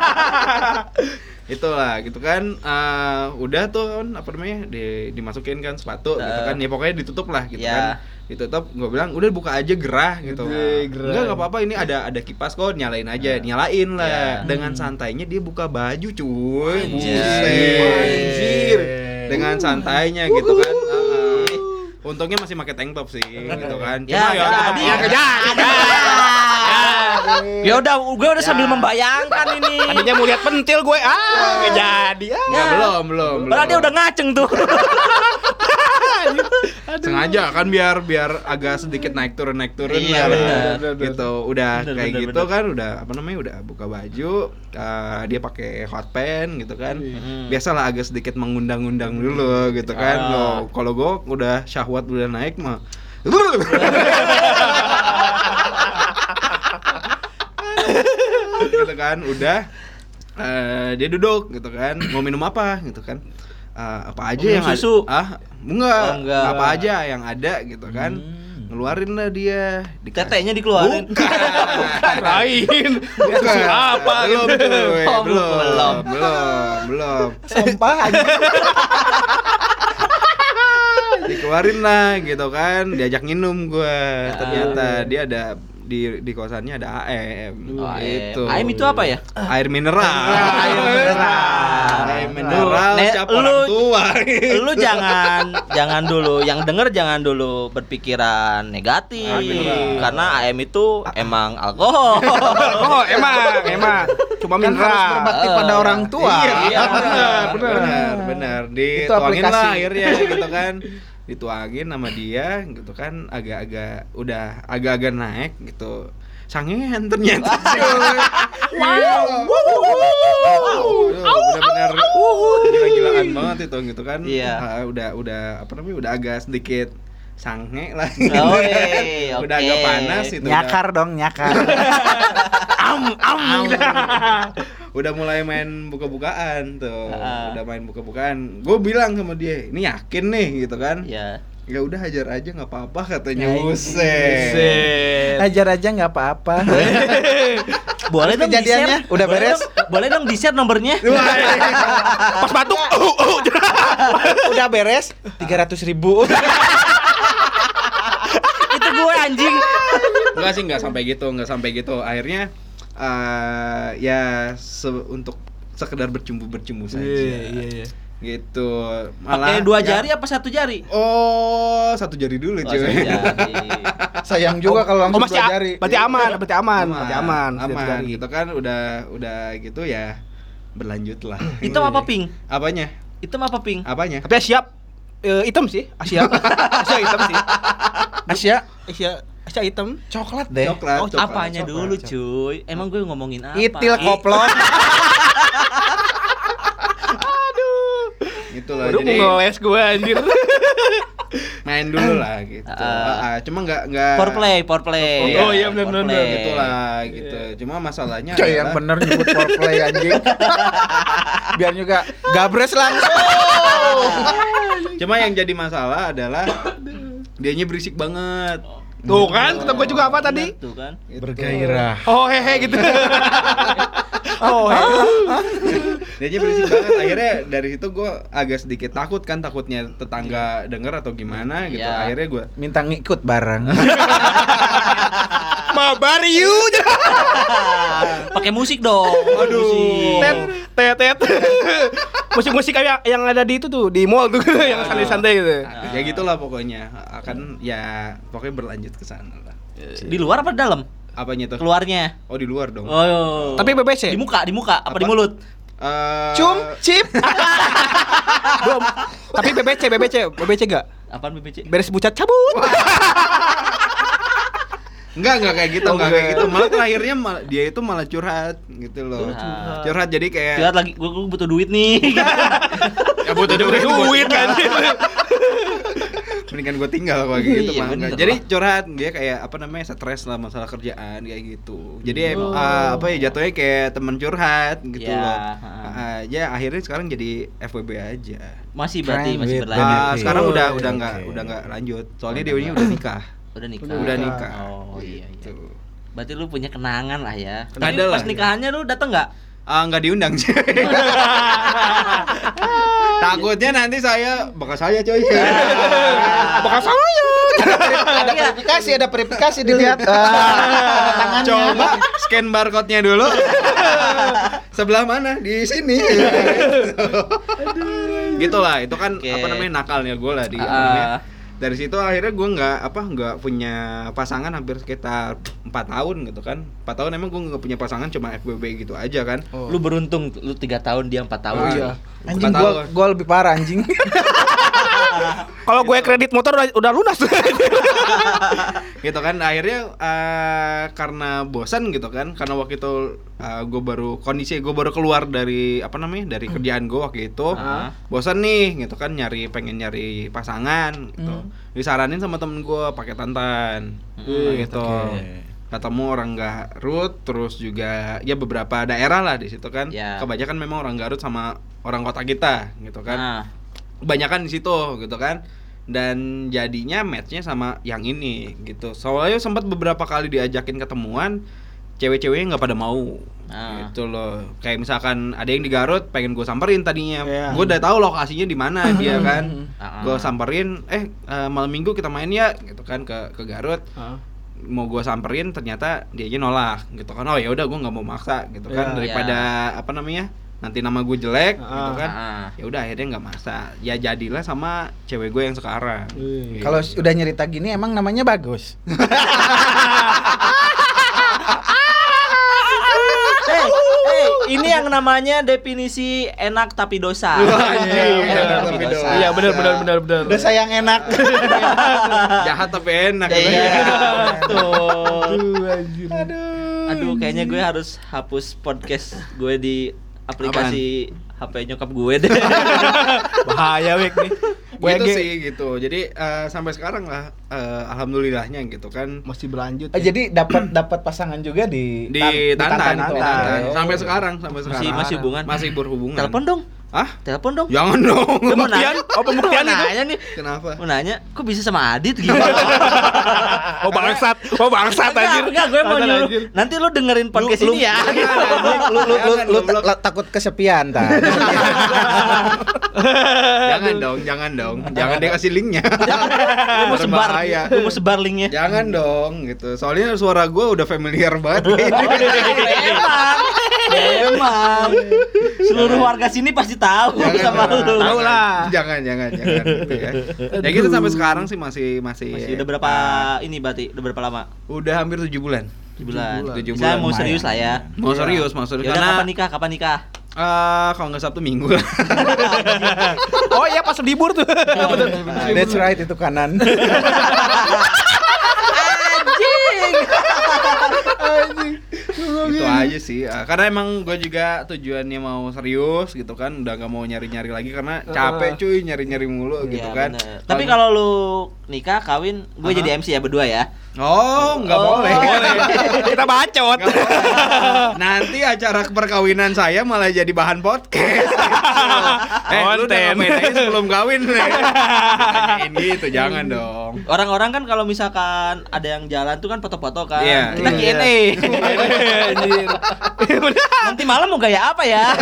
Itulah gitu kan, uh, udah tuh apa namanya di, dimasukin kan sepatu gitu kan, ya pokoknya ditutup lah gitu Ya. kan, ditutup. Gue bilang udah buka aja gerah gitu. Gede, gerah. Enggak nggak apa-apa, ini ada ada kipas kok, nyalain aja, nyalain lah. Ya. Dengan santainya dia buka baju cuy, Anjir. buset. Anjir. Dengan santainya gitu kan. Uh, untungnya masih pakai tank top sih gitu kan. Ya, Cuma nggak jadi. ya, Nggak jadi. Ya udah, gue udah sambil membayangkan ini. Tadinya mau lihat pentil gue. Ah, nggak jadi. Ah. Nggak, belum belum belum. Padahal dia udah ngaceng tuh. Sengaja kan biar biar agak sedikit naik turun naik turun Iya, lah. benar. Gitu udah Benar, kayak benar, gitu benar. kan, udah apa namanya udah buka baju, uh, dia pakai hot pants gitu kan. Hmm. Biasalah agak sedikit mengundang-undang dulu gitu kan. Ah. Loh, kalau gue udah syahwat udah naik mah gitu kan, udah eh, dia duduk gitu kan, mau minum apa gitu kan. Eh, apa aja Mau minum yang ada- susu? ah enggak, Oh, enggak. apa aja yang ada gitu kan. Ngeluarin lah dia dikasih- Tetenya dikeluarin. Bukan. Lain. Bukan. Apa belum gitu. cuy, Oh, belum belum. belum belum Sampah aja. dikeluarin lah gitu kan, diajak minum gue. Ya. Ternyata dia ada di di kosannya ada A M. Oh, A M. Gitu. A M itu apa ya? Air mineral. Air mineral. Air mineral Lu, ne- siapa lu- orang tua. Lu jangan jangan dulu, yang denger jangan dulu berpikiran negatif. Bener. Karena A M itu emang alkohol. Oh, emang, emang. Cuma Kan harus mineral. berbakti Eh. pada orang tua. Iya, benar, benar. benar, benar. Itu Dituangin aplikasi. lah akhirnya gitu kan. Dituangin sama dia gitu kan, agak-agak udah agak-agak naik gitu. Sangean ternyata. Wow. Benar-benar gila-gilaan banget itu gitu kan. Iya. Ah, udah udah apa namanya? Udah agak sedikit sange lah. Oh, eh, Udah oke. agak panas itu. Nyakar dong, nyakar. Am, am. Udah mulai main buka-bukaan tuh. Ah. Udah main buka-bukaan. Gue bilang sama dia, "Ini yakin nih?" gitu kan. Ya. Ya udah hajar aja nggak apa-apa katanya. Ya, Buset. Set. Hajar aja nggak apa-apa. Boleh Terus dong kejadiannya di-share? udah Boleh beres? dong- Boleh dong di-share nomornya. Pas batuk. Oh, oh. Udah beres tiga ratus ribu. Itu gue anjing. Enggak sih, enggak sampai gitu, enggak sampai gitu. Akhirnya eh ya se- untuk sekedar bercumbu-bercumbu saja. iya. Gitu. Pakai Malah dua ya- jari apa satu jari? Oh, satu jari dulu, Oh, cuy. satu jari. Sayang juga kalau Oh, langsung masih dua a- jari. berarti aman, berarti aman, aman, berarti aman. aman, gitu kan. Udah udah gitu ya berlanjut lah. Hitam apa pink? Apanya? Hitam apa pink? Apanya? Tapi siap. Eh, hitam sih, Asia. Asia hitam sih. Asia Asia, Asia hitam. coklat deh. Coklat. Oh, coklat. Apanya coklat, dulu, coklat. cuy? Emang gue ngomongin apa? Itil I- koplon. Gitu loh. Waduh, Jadi mau ngeles gue anjir. main dulu lah gitu. Ah. Ah, cuma nggak nggak For play, for play. Oh, iya, bener, bener, For bener. play. gitu lah gitu. Cuma masalahnya Coy yang adalah- bener nyebut foreplay anjing. Biar juga gabres langsung. Cuma yang jadi masalah adalah dianya berisik banget. Tuh kan, kata gue juga apa tadi? Tuh kan. Gitu. Bergairah. Oh, hehe gitu. Oh, hehe. Dianya berisik banget. Akhirnya dari situ gue agak sedikit takut kan, takutnya tetangga denger atau gimana gitu. Iya. Akhirnya gue Minta ngikut bareng. Mabar you. Pakai musik dong. Aduh. Tet, tet, tet. Musik-musik kayak yang ada di itu tuh, di mall tuh, yang santai-santai gitu. Nah, ya gitulah pokoknya. Akan ya pokoknya berlanjut ke sana lah. Di luar apa di dalam? Apanya tuh? Keluarnya. Oh, di luar dong. Oh. Tapi B B C. Di muka, di muka apa, Apa? di mulut? Eh, Cum, cip. Belum. Tapi B B C, B B C, B B C gak? Apaan B B C? Beres bucat cabut. Enggak, enggak kayak gitu, Oh, enggak enggak. kayak gitu. Malah terakhirnya mal- dia itu malah curhat gitu loh. Curhat. Curhat jadi kayak Lihat lagi, gue butuh duit nih. ya butuh duit, Duit kan. mendingan gue tinggal kalau kayak gitu Iya, mah. bener Enggak. Jadi lah. curhat dia kayak apa namanya stres lah masalah kerjaan kayak gitu. Jadi Oh. uh, apa ya jatuhnya kayak teman curhat gitu Ya, loh. ha. Uh, ya akhirnya sekarang jadi F W B aja. Masih berarti Friend masih with berlanjut. Ah, sekarang Oh, udah iya, udah oke. nggak udah nggak lanjut. Soalnya Udah Dewinya nggak. udah nikah. Udah nikah. Udah nikah. Oh iya iya. Gitu. Berarti lu punya kenangan lah ya. Ada Tapi lah, pas ya. nikahannya lu datang nggak? Ah nggak diundang sih. Takutnya nanti saya bakal saya coy. Bakal saya. Ada verifikasi, ada verifikasi dilihat. Ah, tangannya. Coba scan barcode-nya dulu. Sebelah mana? Di sini. Gitu lah, itu kan Oke. apa namanya nakalnya gue lah di Ah. apa namanya. Dari situ akhirnya gue nggak apa nggak punya pasangan hampir sekitar empat tahun gitu kan. Empat tahun emang gue nggak punya pasangan cuma F W B gitu aja kan. Lu beruntung, lu tiga tahun dia empat tahun. Oh, iya. Anjing Empat gua tahun. gua lebih parah anjing. Kalau gue kredit motor udah, udah lunas. Gitu kan akhirnya eh, karena bosan gitu kan karena waktu itu gue baru kondisi gue baru keluar dari apa namanya dari kerjaan gue waktu itu Ah. bosan nih gitu kan nyari pengen nyari pasangan gitu disaranin sama temen gue pakai Tantan gitu oke. ketemu orang Garut terus juga ya beberapa daerah lah di situ kan Ya. kebanyakan memang orang Garut sama orang kota kita gitu kan Nah, kebanyakan di situ gitu kan dan jadinya matchnya sama yang ini gitu soalnya sempat beberapa kali diajakin ketemuan cewek-ceweknya nggak pada mau Ah. gitu loh kayak misalkan ada yang di Garut pengen gue samperin tadinya Iya. gue udah tahu lokasinya di mana dia kan Ah. gue samperin eh eh, malam minggu kita main ya gitu kan ke ke Garut mau gue samperin ternyata dianya nolak gitu kan oh ya udah gue nggak mau maksa gitu kan Iya. daripada apa namanya nanti nama gue jelek gitu Ah. kan Ah. ya udah akhirnya nggak maksa ya jadilah sama cewek gue yang sekarang Wih. Kalau udah nyerita gini emang namanya bagus. Hey, hey, ini yang namanya definisi enak tapi dosa. Anjing, Iya, enak tapi tapi dosa. dosa. Iya benar benar benar benar. Udah sayang enak. Jahat tapi enak Iya, gitu. betul. Aduh, anjir. Aduh, kayaknya gue harus hapus podcast gue di aplikasi H P nyokap gue deh. Bahaya wek nih. Gitu W G sih gitu jadi eh, sampai sekarang lah eh, alhamdulillahnya gitu kan masih berlanjut. Oh, jadi dapat dapat pasangan juga di di tan- Tantan, itu. di Tantan. Oh. sampai sekarang sampai Masih sekarang masih hubungan. masih berhubungan Telepon dong. ah Telepon dong. jangan dong Gue mau Pembuktian? nanya. Oh, pembuktian Gua mau itu? nanya nih. kenapa Mau nanya, kok bisa sama Adit gimana? Oh bangsat, oh bangsat Enggak, anjir. enggak, gue mau Bangsat, nyuruh. anjir. Nanti lu dengerin podcast ini ya. lu lu lu, Jangan, lu goblok. ta- takut kesepian ta. jangan dong jangan dong jangan dia kasih linknya Lu mau sebar, Berbahaya. lu mau sebar linknya. jangan dong gitu soalnya suara gue udah familiar banget Emang, emang. Seluruh warga sini pasti tahu Jangan sama dong. lu. Tahu lah. jangan jangan jangan gitu ya ya gitu sampai sekarang sih masih masih Masih udah berapa ini berarti? Udah berapa lama? udah hampir tujuh bulan tujuh bulan. Tujuh Bisa bulan. mau serius lah ya. mau serius mau serius Ya udah, karena kapan nikah? Kapan nikah? eh kalau nggak Sabtu Minggu lah Oh iya pas libur tuh. Bener, bener. That's right itu kanan. gitu aja sih. Ah, karena emang gue juga tujuannya mau serius gitu kan, udah gak mau nyari-nyari lagi karena capek cuy nyari-nyari mulu gitu Iya, kan. bener. Tapi kalau lu nikah, kawin, gue Aha. jadi M C ya berdua ya. Oh, nggak Oh, boleh. Kita bacot. Nggak boleh. Nanti acara perkawinan saya malah jadi bahan podcast. eh, lu udah Konten. ngapain aja sebelum kawin nih? Ditanyain gitu, jangan dong. Orang-orang kan kalau misalkan ada yang jalan tuh kan foto-foto kan. Iya. Kita Q and A. Anjir. Nanti malam mau gaya apa ya?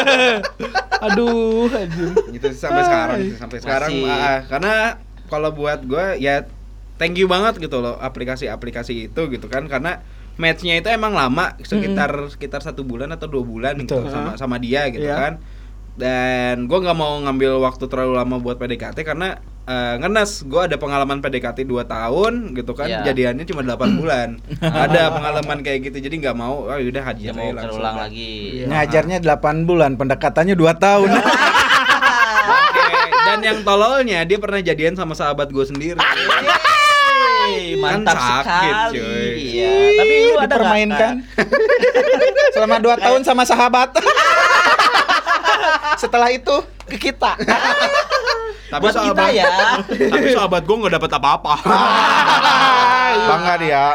Aduh, anjir. Gitu sih sampai sekarang gitu, sampai sekarang Masih. ah, karena kalau buat gue ya thank you banget gitu loh aplikasi-aplikasi itu gitu kan karena matchnya itu emang lama sekitar sekitar satu bulan atau dua bulan gitu Betul. sama sama dia gitu Iya. kan dan gue nggak mau ngambil waktu terlalu lama buat P D K T karena eh, ngenes gue ada pengalaman P D K T dua tahun gitu kan Iya. jadiannya cuma delapan bulan ada pengalaman kayak gitu jadi nggak mau oh yaudah hajar Dia mau aja langsung terulang kan. lagi. Iya. Ngajarnya delapan bulan, pendekatannya dua tahun. Oke, dan yang tololnya dia pernah jadian sama sahabat gue sendiri. Yeay, mantap Kan sakit, sekali. cuy. Iya. Tapi lu ada nggak, Dipermainkan. Kak? Selama dua tahun sama sahabat. Setelah itu ke kita. Tapi buat kita sahabat- ya. Tapi sahabat gue nggak dapat apa-apa. Bangga dia.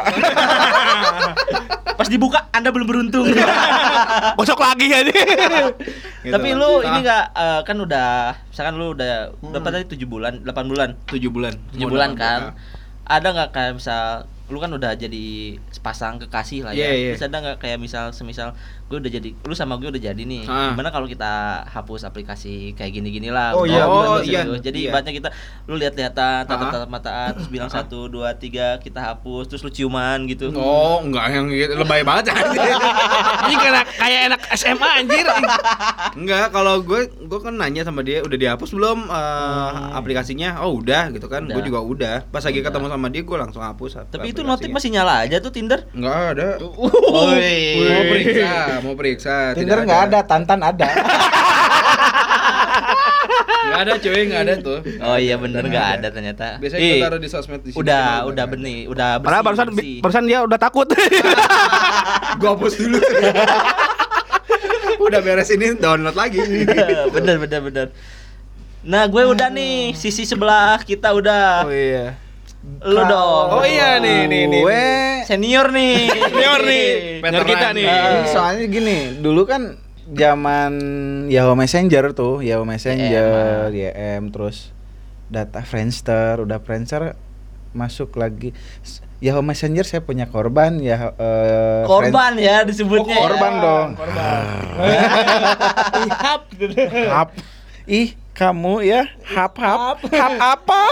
Pas dibuka Anda belum beruntung. Gosok lagi ya nih. Gitu. Tapi lu ini Ah, enggak kan udah misalkan lu udah berapa tadi tujuh bulan, delapan bulan. tujuh bulan. tujuh Mau bulan dapat kan. berapa? Ada nggak kayak misal lu kan udah jadi sepasang kekasih lah ya. Iya, iya. Terus ada nggak kayak misal semisal gue udah jadi lu sama gue udah jadi nih. Ah. Gimana kalau kita hapus aplikasi kayak gini-gini lah. Oh, iya, oh, bener, iya. serius. Jadi Iya. ibaratnya kita lu lihat-lihatan, Ah. tatap-tatap mataan terus bilang satu, dua, tiga kita hapus terus lu ciuman gitu. Oh, enggak yang gitu. Lebay banget anjir. Ini kayak kayak anak S M A anjir. Enggak, kalau gue gue kan nanya sama dia udah dihapus belum eh, aplikasinya? Oh, udah gitu kan. Udah. Gue juga udah. Pas lagi Udah. ketemu sama dia gue langsung hapus. Tapi itu notif masih nyala aja tuh Tinder. enggak ada. Woi. Mau periksa, mau periksa. Tinder nggak ada, Tantan ada. Enggak ada, cuy, enggak ada tuh. Oh iya bener Nggak nggak ada. ada ternyata. Biasanya Ih, gue taruh di sosmed di sini. udah Cuma udah nggak ada. benih, udah bersih. Padahal barusan bersih. barusan dia udah takut. Gue hapus dulu. Udah beres ini download lagi. bener bener bener. Nah gue udah nih sisi sebelah kita udah. Oh iya. Lu dong. Oh iya nih nih nih. Gue Senior nih. Senior nih. Senior kita nih. Ah. soalnya gini, dulu kan zaman Yahoo Messenger tuh, Yahoo Messenger, Y M, terus data Friendster, udah Friendster masuk lagi. S- Yahoo Messenger saya punya korban ya eh, Korban ya disebutnya. Friend- korban ya. dong. Ihap. Hap. Ih, kamu ya hap hap hap apa?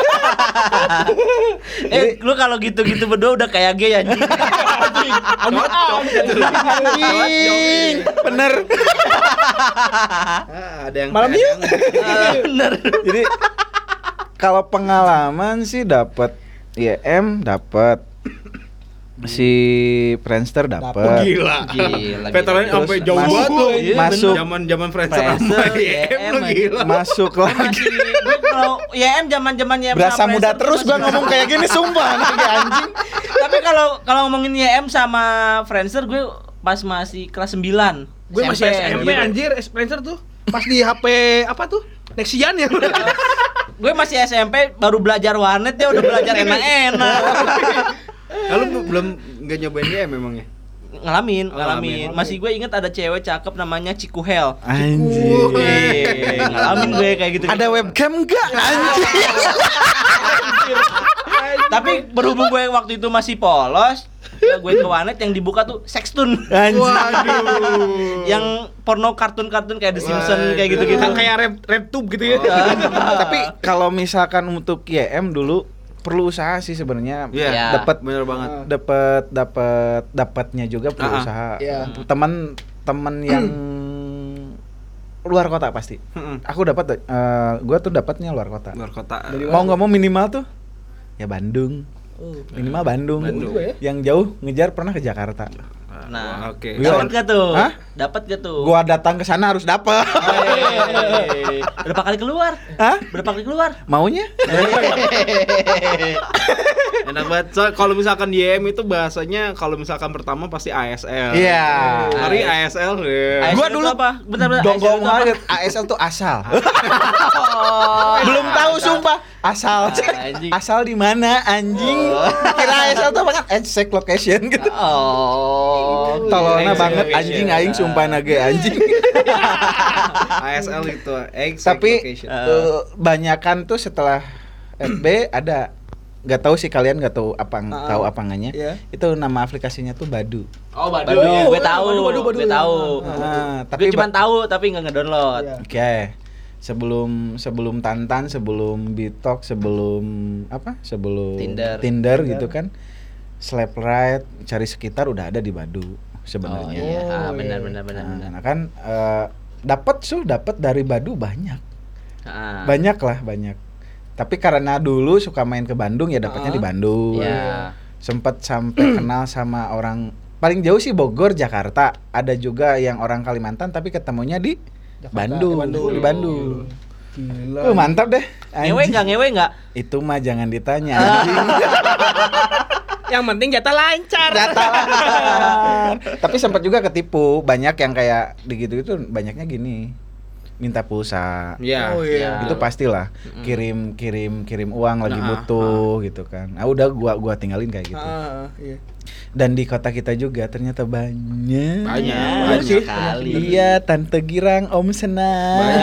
Eh lu kalau gitu-gitu berdua udah kayak gay anjing. Anjing. Bener. Ah, ada yang Malam ada yuk. yang- Ah, bener. Jadi kalau pengalaman sih dapat Y M, dapat si Friendster dapat. Gila. Gila, Veteran gila. sampai Terus jauh masuk- banget tuh. iya, masuk Zaman-zaman Friendster Friendster, sama Y M Y M, lu gila. masuk Gue lagi. masih gue kalau Y M zaman-zaman Y M Berasa sama muda Friendster terus masih- gua ngomong kayak gini sumpah kayak anjing. Tapi kalau kalau ngomongin Y M sama Friendster gue pas masih kelas sembilan. Gue masih S M P anjir, Spencer tuh. Pas di H P apa tuh? Nexian ya. Gue masih S M P baru belajar warnet ya udah belajar enak-enak. Lalu belum nggak nyobain Y M memangnya? Ngalamin, Oh, ngalamin. ngalamin. Masih gue inget ada cewek cakep namanya Cikuhel. Anjing. Eh, ngalamin gue kayak gitu. Ada webcam enggak? Anjing. Tapi berhubung gue waktu itu masih polos, ya gue ke warnet yang dibuka tuh Sextun. Waduh. Yang porno kartun-kartun kayak The Simpsons kayak gitu-gitu. Kan kayak red, red tube gitu ya. Tapi kalau misalkan untuk Y M dulu perlu usaha sih sebenarnya. Iya, Ya. Dapat bener banget. dapat dapat dapatnya juga perlu Ah, usaha. iya. Teman teman yang luar kota pasti. Mm-mm. Aku dapat eh gua tuh dapatnya luar kota. Luar kota. Mau nggak mau minimal tuh ya Bandung. Minimal Bandung. Bandung. Yang jauh ngejar pernah ke Jakarta. Nah, oke. dapat gak tuh? Hah? Dapat gak tuh? Gua datang ke sana harus dapat. Hey. Berapa kali keluar? Hah? Berapa kali keluar? Maunya? Enak banget. So, kalau misalkan Y M itu bahasanya kalau misalkan pertama pasti A S L. Iya. Hari A S L. A S L ya. Gua itu dulu apa? Bentar-bentar. Dong A S L itu ngomong apa? aja A S L tuh asal. Oh. Belum tahu sumpah. Asal. Anjing. Asal di mana anjing? Kira A S L tuh apa kan? Exact location gitu. Oh. Tololna Exact banget location. anjing aing sumpah nage anjing. A S L itu exact Tapi location. eh, banyakan tuh setelah F B ada nggak tahu sih kalian nggak tahu apa tahu apa enggaknya. Iya. Itu nama aplikasinya tuh Badu. Oh, Badu, gue tahu, Badu, Badu, Badu. gue tahu. Ah, Tapi tapi gue cuma ba- tahu tapi nggak ngedownload. Iya. Oke. Sebelum sebelum Tantan, sebelum Bitok, sebelum apa? Sebelum Tinder. Tinder gitu kan. Slap right, cari sekitar udah ada di Badu Oh sebenarnya. iya, Oh, ah, benar iya. benar benar Nah, benar. nah kan eh, dapat su dapat dari Badu banyak. Ah. Banyak lah, banyak. Tapi karena dulu suka main ke Bandung ya dapatnya Ah. di Bandung. Iya. Sempet sampai kenal sama orang paling jauh sih Bogor, Jakarta. Ada juga yang orang Kalimantan tapi ketemunya di Jakarta, Bandung, di Bandung. di Bandung. Gila. Uh, mantap deh. Ngewe Anjing. nggak ngewe nggak? Itu mah jangan ditanya anjing. Yang penting jatah lancar. Tapi sempat juga ketipu. Banyak yang kayak begitu itu banyaknya gini. minta pulsa. Iya. Oh iya. Itu pastilah kirim kirim kirim uang lagi Nah, butuh gitu kan. Ah udah gua gua tinggalin kayak gitu. Ah, iya. Dan di kota kita juga ternyata banyak. Banyak, banyak sih. Kali. Iya, Tante Girang, Om Senang.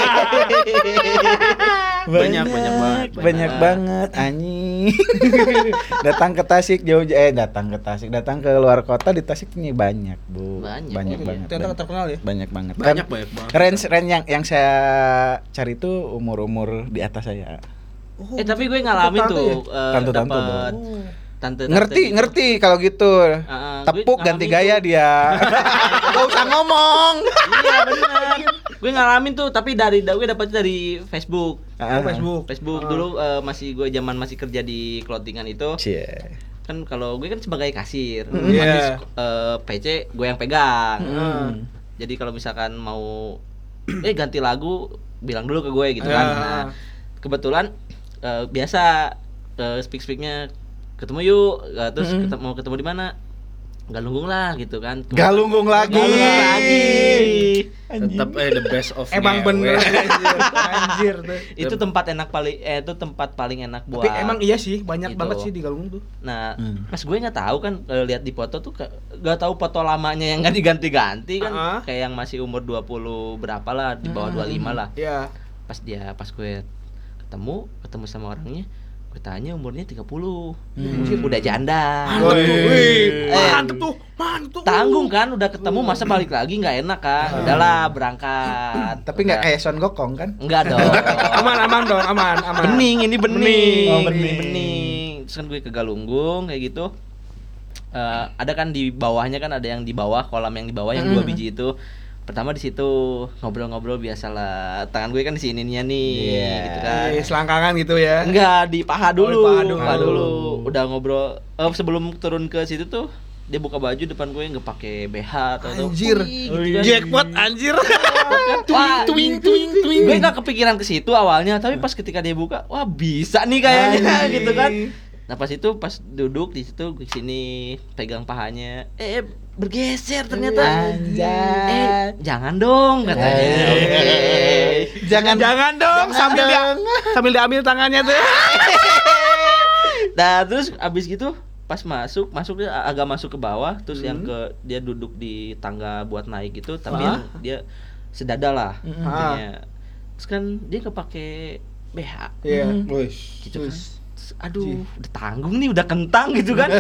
Banyak, banyak banget. Banyak banget anjing. Datang ke Tasik jauh eh datang ke Tasik, datang ke luar kota di Tasik punya banyak, Bu. Banyak, banyak iya. banget. Ternyata banyak, terkenal ya. banyak banget. Banyak, Kan banyak banget. range range yang yang saya cari itu umur-umur di atas saya. Eh tapi gue ngalamin Tante tuh ya? eh, Tante-tante dapet dong. tante-tante Ngerti, gitu. ngerti kalau gitu. Ah, Tepuk gue ganti ngalamin gaya tuh. dia. Gak usah ngomong. Iya benar. Gue ngalamin tuh tapi dari gue dapetnya dari Facebook. Ah, Facebook. Facebook Ah. dulu eh, masih gue zaman masih kerja di clothingan itu. Cie. Kan kalau gue kan sebagai kasir, Mm. otomatis Iya. eh, P C gue yang pegang. Hmm. Jadi kalau misalkan mau eh ganti lagu bilang dulu ke gue gitu Ya. kan. Nah, kebetulan eh, biasa eh, speak-speaknya ketemu yuk, Eh, terus Mm-mm. ketemu, mau ketemu di mana? Galunggung lah gitu kan. Galunggung lagi. Galunggung lagi. Tetap eh the best of Emang ngewe. bener anjir. Anjir tuh. Itu tempat enak paling eh itu tempat paling enak buat. Tapi emang iya sih, banyak Gitu. banget sih di Galunggung tuh. Nah, Hmm. pas gue nggak tahu kan eh, lihat di foto tuh ke- nggak tahu foto lamanya yang nggak diganti-ganti kan, Ah. kayak yang masih umur dua puluh berapa lah, di bawah dua puluh lima lah. Iya. Pas dia pas gue ketemu, ketemu sama orangnya, gue tanya umurnya tiga puluh. Hmm. Udah janda. Mantep tuh, wih. Eh, Mantep tuh, mantep tuh. Tanggung kan, udah ketemu masa balik lagi nggak enak kan. Udahlah berangkat. Tapi nggak kayak Son Gokong kan? Enggak dong. Aman, aman dong, aman, aman. Bening, ini bening. Bening. Oh, Ini bening. bening. Terus kan gue ke Galunggung kayak gitu. Eh, ada kan di bawahnya kan ada yang di bawah, kolam yang di bawah yang dua Mm. biji itu. Pertama di situ ngobrol-ngobrol biasalah. Tangan gue kan di sininya nih Iya. gitu kan. Eh, selangkangan gitu ya. Enggak, di paha dulu. Oh, di paha dulu. Paha dulu. Udah ngobrol eh, sebelum turun ke situ tuh dia buka baju depan gue nggak pakai B H atau Anjir. gitu kan. Jackpot anjir. Wah, Twing, twing, twing. gue nggak kepikiran ke situ awalnya, tapi pas ketika dia buka, wah bisa nih kayaknya Anjing. gitu kan. Nah pas itu pas duduk di situ gue sini pegang pahanya, eh bergeser ternyata. Anjay. Eh jangan dong katanya. Eh. Oke. Jangan Jangan dong, Jangan sambil dia dong. sambil diambil tangannya tuh. Nah terus abis gitu pas masuk masuk dia agak masuk ke bawah, terus yang Hmm. ke dia duduk di tangga buat naik gitu, tapi Ah. yang dia sedada lah. Mm-mm. intinya. Terus kan dia kepake B H Iya. Wih. gitu kan. Terus, aduh, udah tanggung nih, udah kentang gitu kan.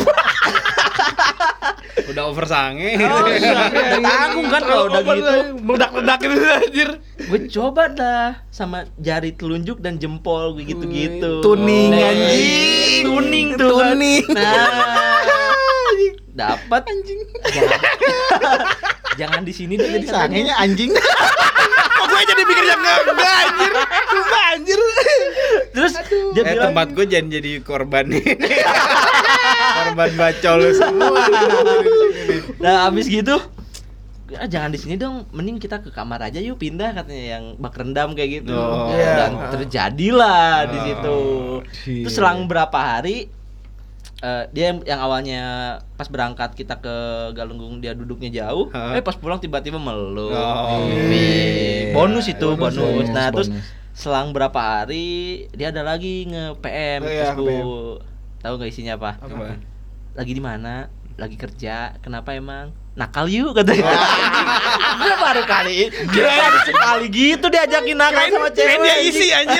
Udah over sange. Oh, udah, udah tanggung kan kalau udah gitu. meledak-ledak gitu anjir. Gue coba dah sama jari telunjuk dan jempol gue gitu-gitu. Tuning, Nah, anjing. Tuning tuh. kan. Tuning. Nah. Dapat anjing. Jangan, jangan di sini deh jadi katanya. sangenya anjing. Kok gue jadi mikir yang enggak enggak anjir. Sumpah anjir. Terus dia Eh bilang tempat gue jangan jadi korban nih. Korban bacol semua. nah abis gitu ah, jangan di sini dong, mending kita ke kamar aja yuk, pindah katanya yang bak rendam kayak gitu. Oh. Dan Iya. terjadilah di Oh. situ. Terus selang berapa hari eh, dia yang, yang awalnya pas berangkat kita ke Galunggung dia duduknya jauh, Hah? eh pas pulang tiba-tiba meluk. Oh. Wih, bonus itu Bonus, bonus. bonus, Nah terus bonus. selang berapa hari dia ada lagi nge-P M Oh, iya, Facebook. Tahu nggak isinya apa? Apa? Lagi di mana? Lagi kerja. Kenapa emang? Nakal yuk katanya. Gue baru kali. Dia baru sekali gitu diajakin nakal sama cewek. Kirain dia anjing. isi anjir.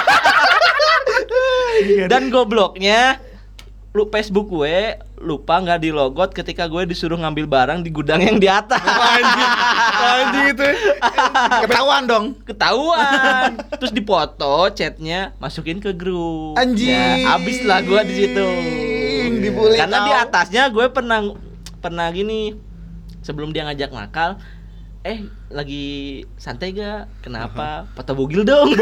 Dan gobloknya lu Facebook gue lupa nggak di logout ketika gue disuruh ngambil barang di gudang yang di atas. Anjing. Anjing itu. Ketahuan dong. Ketahuan. Terus dipoto chatnya masukin ke grup. Anjing. Ya, habis lah gue di situ. Dibully Karena di kau. atasnya gue pernah pernah gini, sebelum dia ngajak nakal, eh lagi santai gak? Kenapa? Foto bugil dong.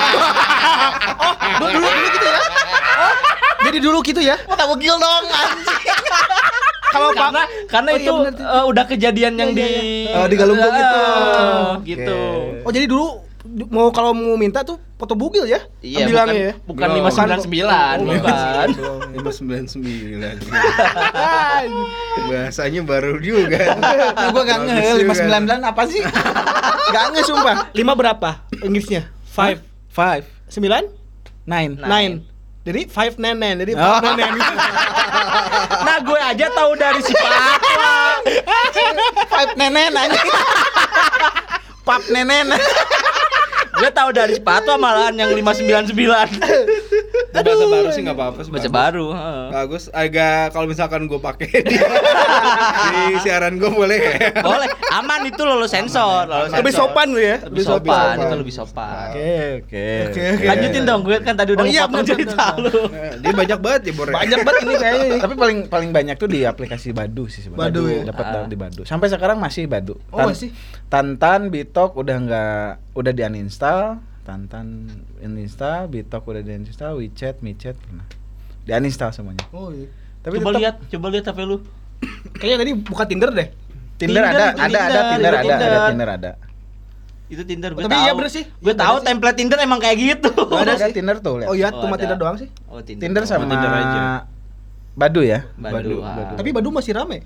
Oh, dulu dulu gitu ya. Oh, jadi dulu gitu ya. Foto bugil dong anjing. Kalau Pak karena karena Oh, iya itu bener. eh, udah kejadian yang Iya, di iya, Oh, di Galunggung gitu. Eh, gitu. Oke. Oh, jadi dulu mau kalau mau minta tuh foto bugil ya? Iya, bilangnya bukan, ya. bukan Belum. lima sembilan sembilan, Oh, bukan. lima sembilan sembilan. Bahasanya baru juga. Nah, gua enggak nge Bagus lima juga. sembilan sembilan apa sih? Enggak nge sumpah. Lima berapa Inggrisnya? Five. Five, Sembilan? nine. Nah. Nine. Jadi five nenen. Jadi Oh. five nenen. Nah, gue aja tahu dari si Papa. Five nenen anjing. Pap nenen. Gue tahu dari sepatu malahan yang lima sembilan sembilan. Bahasa baru sih nggak apa-apa sih. Baca bagus. baru, heeh. Bagus, agak kalau misalkan gue pakai di, di siaran gue boleh ya? Boleh, aman itu lo, lo sensor, lo Lebih sensor. sopan lu ya. Lebih sopan, itu lebih sopan. Oke, oke. Oke, oke. Lanjutin dong, gue kan tadi udah Oh, iya, ngepotong bener, cerita bener, lu. Nah, dia banyak banget ya Bor. Banyak banget ini kayaknya. nih. Tapi paling paling banyak tuh di aplikasi Badu sih sebenarnya. Badu ya? Dapat Ah. di Badu. Sampai sekarang masih Badu. Oh, masih? Tantan, Bitok udah enggak udah di uninstall. Tantan uninstall, Bitok udah di uninstall, WeChat, MiChat pernah. Di uninstall semuanya. Oh iya. Tapi Coba tetap- lihat, coba lihat H P lu. Kayaknya tadi buka Tinder deh. Tinder, Tinder ada, itu ada, ada Tinder, Tinder, itu ada, ada Tinder. Tinder ada. Itu Tinder gue Tapi tahu. iya bener sih. Gue Iya tahu bener sih. template Tinder emang kayak gitu. Ada, ada Tinder tuh, lihat. Oh iya, Oh, cuma ada. Tinder doang sih. Oh, Tinder. Tinder sama Tinder aja. Badu ya. Badu. Badu. ah. Tapi Badu masih rame.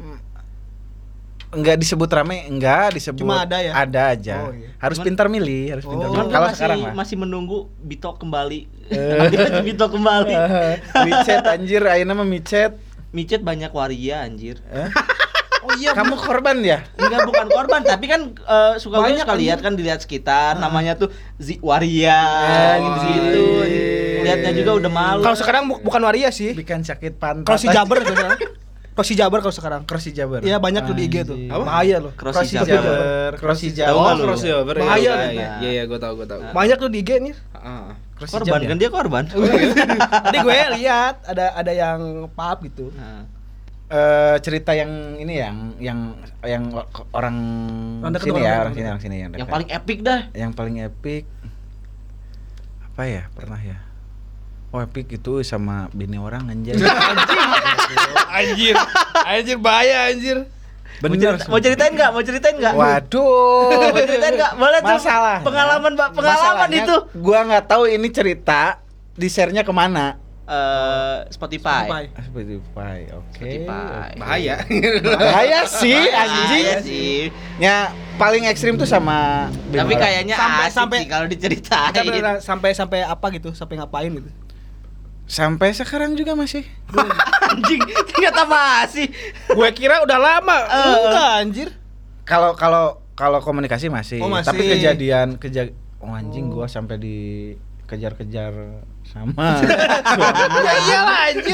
Enggak disebut rame, enggak disebut. Cuma ada ya? Ada aja. Oh, iya. Harus Cuman- pintar milih, harus Oh. pintar Cuman milih. gue Kalau masih, sekarang lah. masih menunggu Bitok kembali. Eh. Dia Bitok kembali. Micet anjir, ayeuna mah micet. Micet banyak waria anjir. Eh? Oh iya. Kamu korban ya? Enggak, bukan korban, tapi kan eh, suka gue Banyak, suka anjir. lihat kan dilihat sekitar, namanya tuh Zi Waria Oh, gitu. iya. Lihatnya juga udah malu. Kalau sekarang bu- bukan waria sih. Bikin sakit pantat. Kalau si Jaber sekarang. Kalau si Jaber kalau sekarang. Crossy Jaber. Iya banyak tuh di I G tuh. Anjir. Apa? Bahaya loh. Crossy Crossy Jaber. Jaber. Crossy Tahu Jaber. nggak Oh, lu? crossover. ya, Bahaya ya, nih. ya. Iya, iya, gue tahu, gue tahu. Banyak tuh di I G nih. Ah. Crossy Korban Jam kan ya? dia korban. Tadi gue lihat ada ada yang pap gitu. Nah, Eh, cerita yang ini yang yang yang orang Orang dekat, sini orang ya, dekat, orang sini, orang orang sini yang yang dekat. paling epic dah. Yang paling epic apa ya? Pernah ya? Oh, epic itu sama bini orang anjir. Anjir. Anjir bahaya anjir. Mau, Bener. cerita, mau ceritain nggak? Mau ceritain nggak? Waduh. Mau ceritain nggak? Boleh tuh. Masalahnya- Pengalaman Pak, pengalaman masalahnya itu. Gua nggak tahu ini cerita di share-nya kemana. Eh, Spotify. Spotify. Ah, Spotify, oke. Spotify. Bahaya. Bahaya sih anjing. Bahaya sih. Ya paling ekstrim tuh sama bini Tapi orang. kayaknya Sampai- asik sampai- sih kalau diceritain. Kita beneran sampai sampai apa gitu, sampai ngapain gitu. sampai sekarang juga masih. Anjing, ternyata masih. Gue kira udah lama. Enggak anjir. Kalau kalau kalau komunikasi masih, Oh, masih. tapi kejadian keja oh anjing gua sampai dikejar-kejar sama Ya iyalah anjir.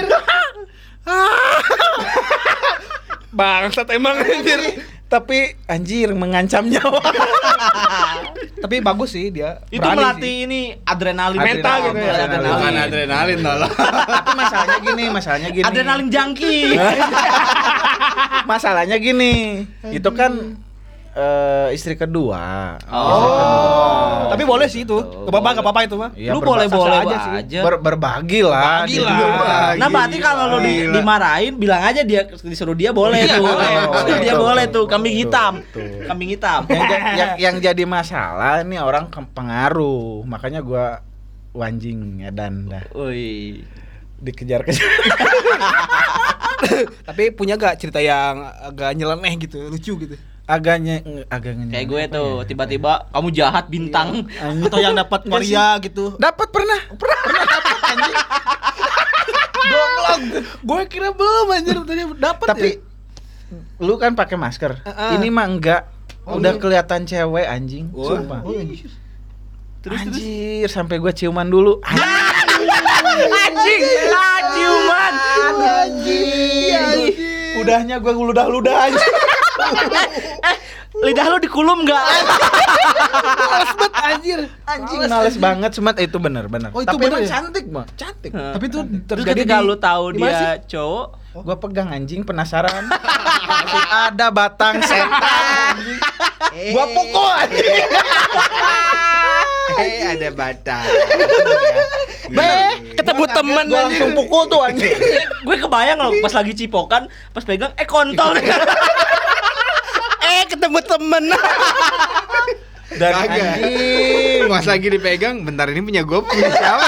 Bangsat emang anjir. tapi anjir mengancam nyawa. Tapi bagus sih dia. Itu Berani melatih sih. ini adrenalin Mental gitu ya. Adrenalin. Bukan adrenalin tolong. Tapi masalahnya gini, masalahnya gini. Adrenalin junkie. Masalahnya gini, itu kan eh, istri kedua. Oh. Istri kedua. Tapi boleh sih itu. Enggak apa-apa, enggak apa-apa itu mah. Iya, Lu berbahasa boleh-boleh aja aja sih. sih. Ber- berbagi lah. Berbagi Jadi lah. berbagi. Nah, berarti kalau lu di, Gila. dimarahin, bilang aja dia disuruh dia boleh Iya, tuh. boleh, boleh. Dia Betul, boleh betul, tuh, kambing betul, hitam. betul. Kambing hitam. yang, ja- yang, yang jadi masalah ini orang ke- pengaruh, makanya gua wanjing edan dah Woi. dikejar-kejar. Tapi punya gak cerita yang agak nyeleneh gitu, lucu gitu? Agaknya agak ngenyang Kayak gue apa tuh, ya? tiba-tiba kamu jahat bintang. Atau yang dapat waria gitu. Dapat pernah pernah pernah dapat anjing. Goblok. Gue kira belum anjir, tadi dapat Tapi ya. lu kan pakai masker. Uh-uh. Ini mah enggak. Oh, Udah iya. kelihatan cewek anjing. Wah. Sumpah. Oh, anjir. Terus terus. Anjir, sampai gua ciuman dulu. Anjing, ciuman. Anjing. Udahnya gua ludah-ludah anjing. Eh, lidah lu dikulum enggak? Males banget anjir. Anjing males banget semat itu bener bener. Oh, itu Tapi bener emang ya? cantik, Bang. Cantik. Tapi itu Terus terjadi ketika di- lu tahu di mana sih? dia cowok, Gua pegang anjing penasaran. Masih ada batang setan. Gua pukul anjing. Eh, ada batang. Be, ketemu temen Gua anjir. langsung pukul tuh anjing. gue kebayang loh pas lagi cipokan, pas pegang eh kontol. Eh, ketemu temen. Dan Kagak. anjing. Pas lagi dipegang, bentar ini punya gue punya siapa?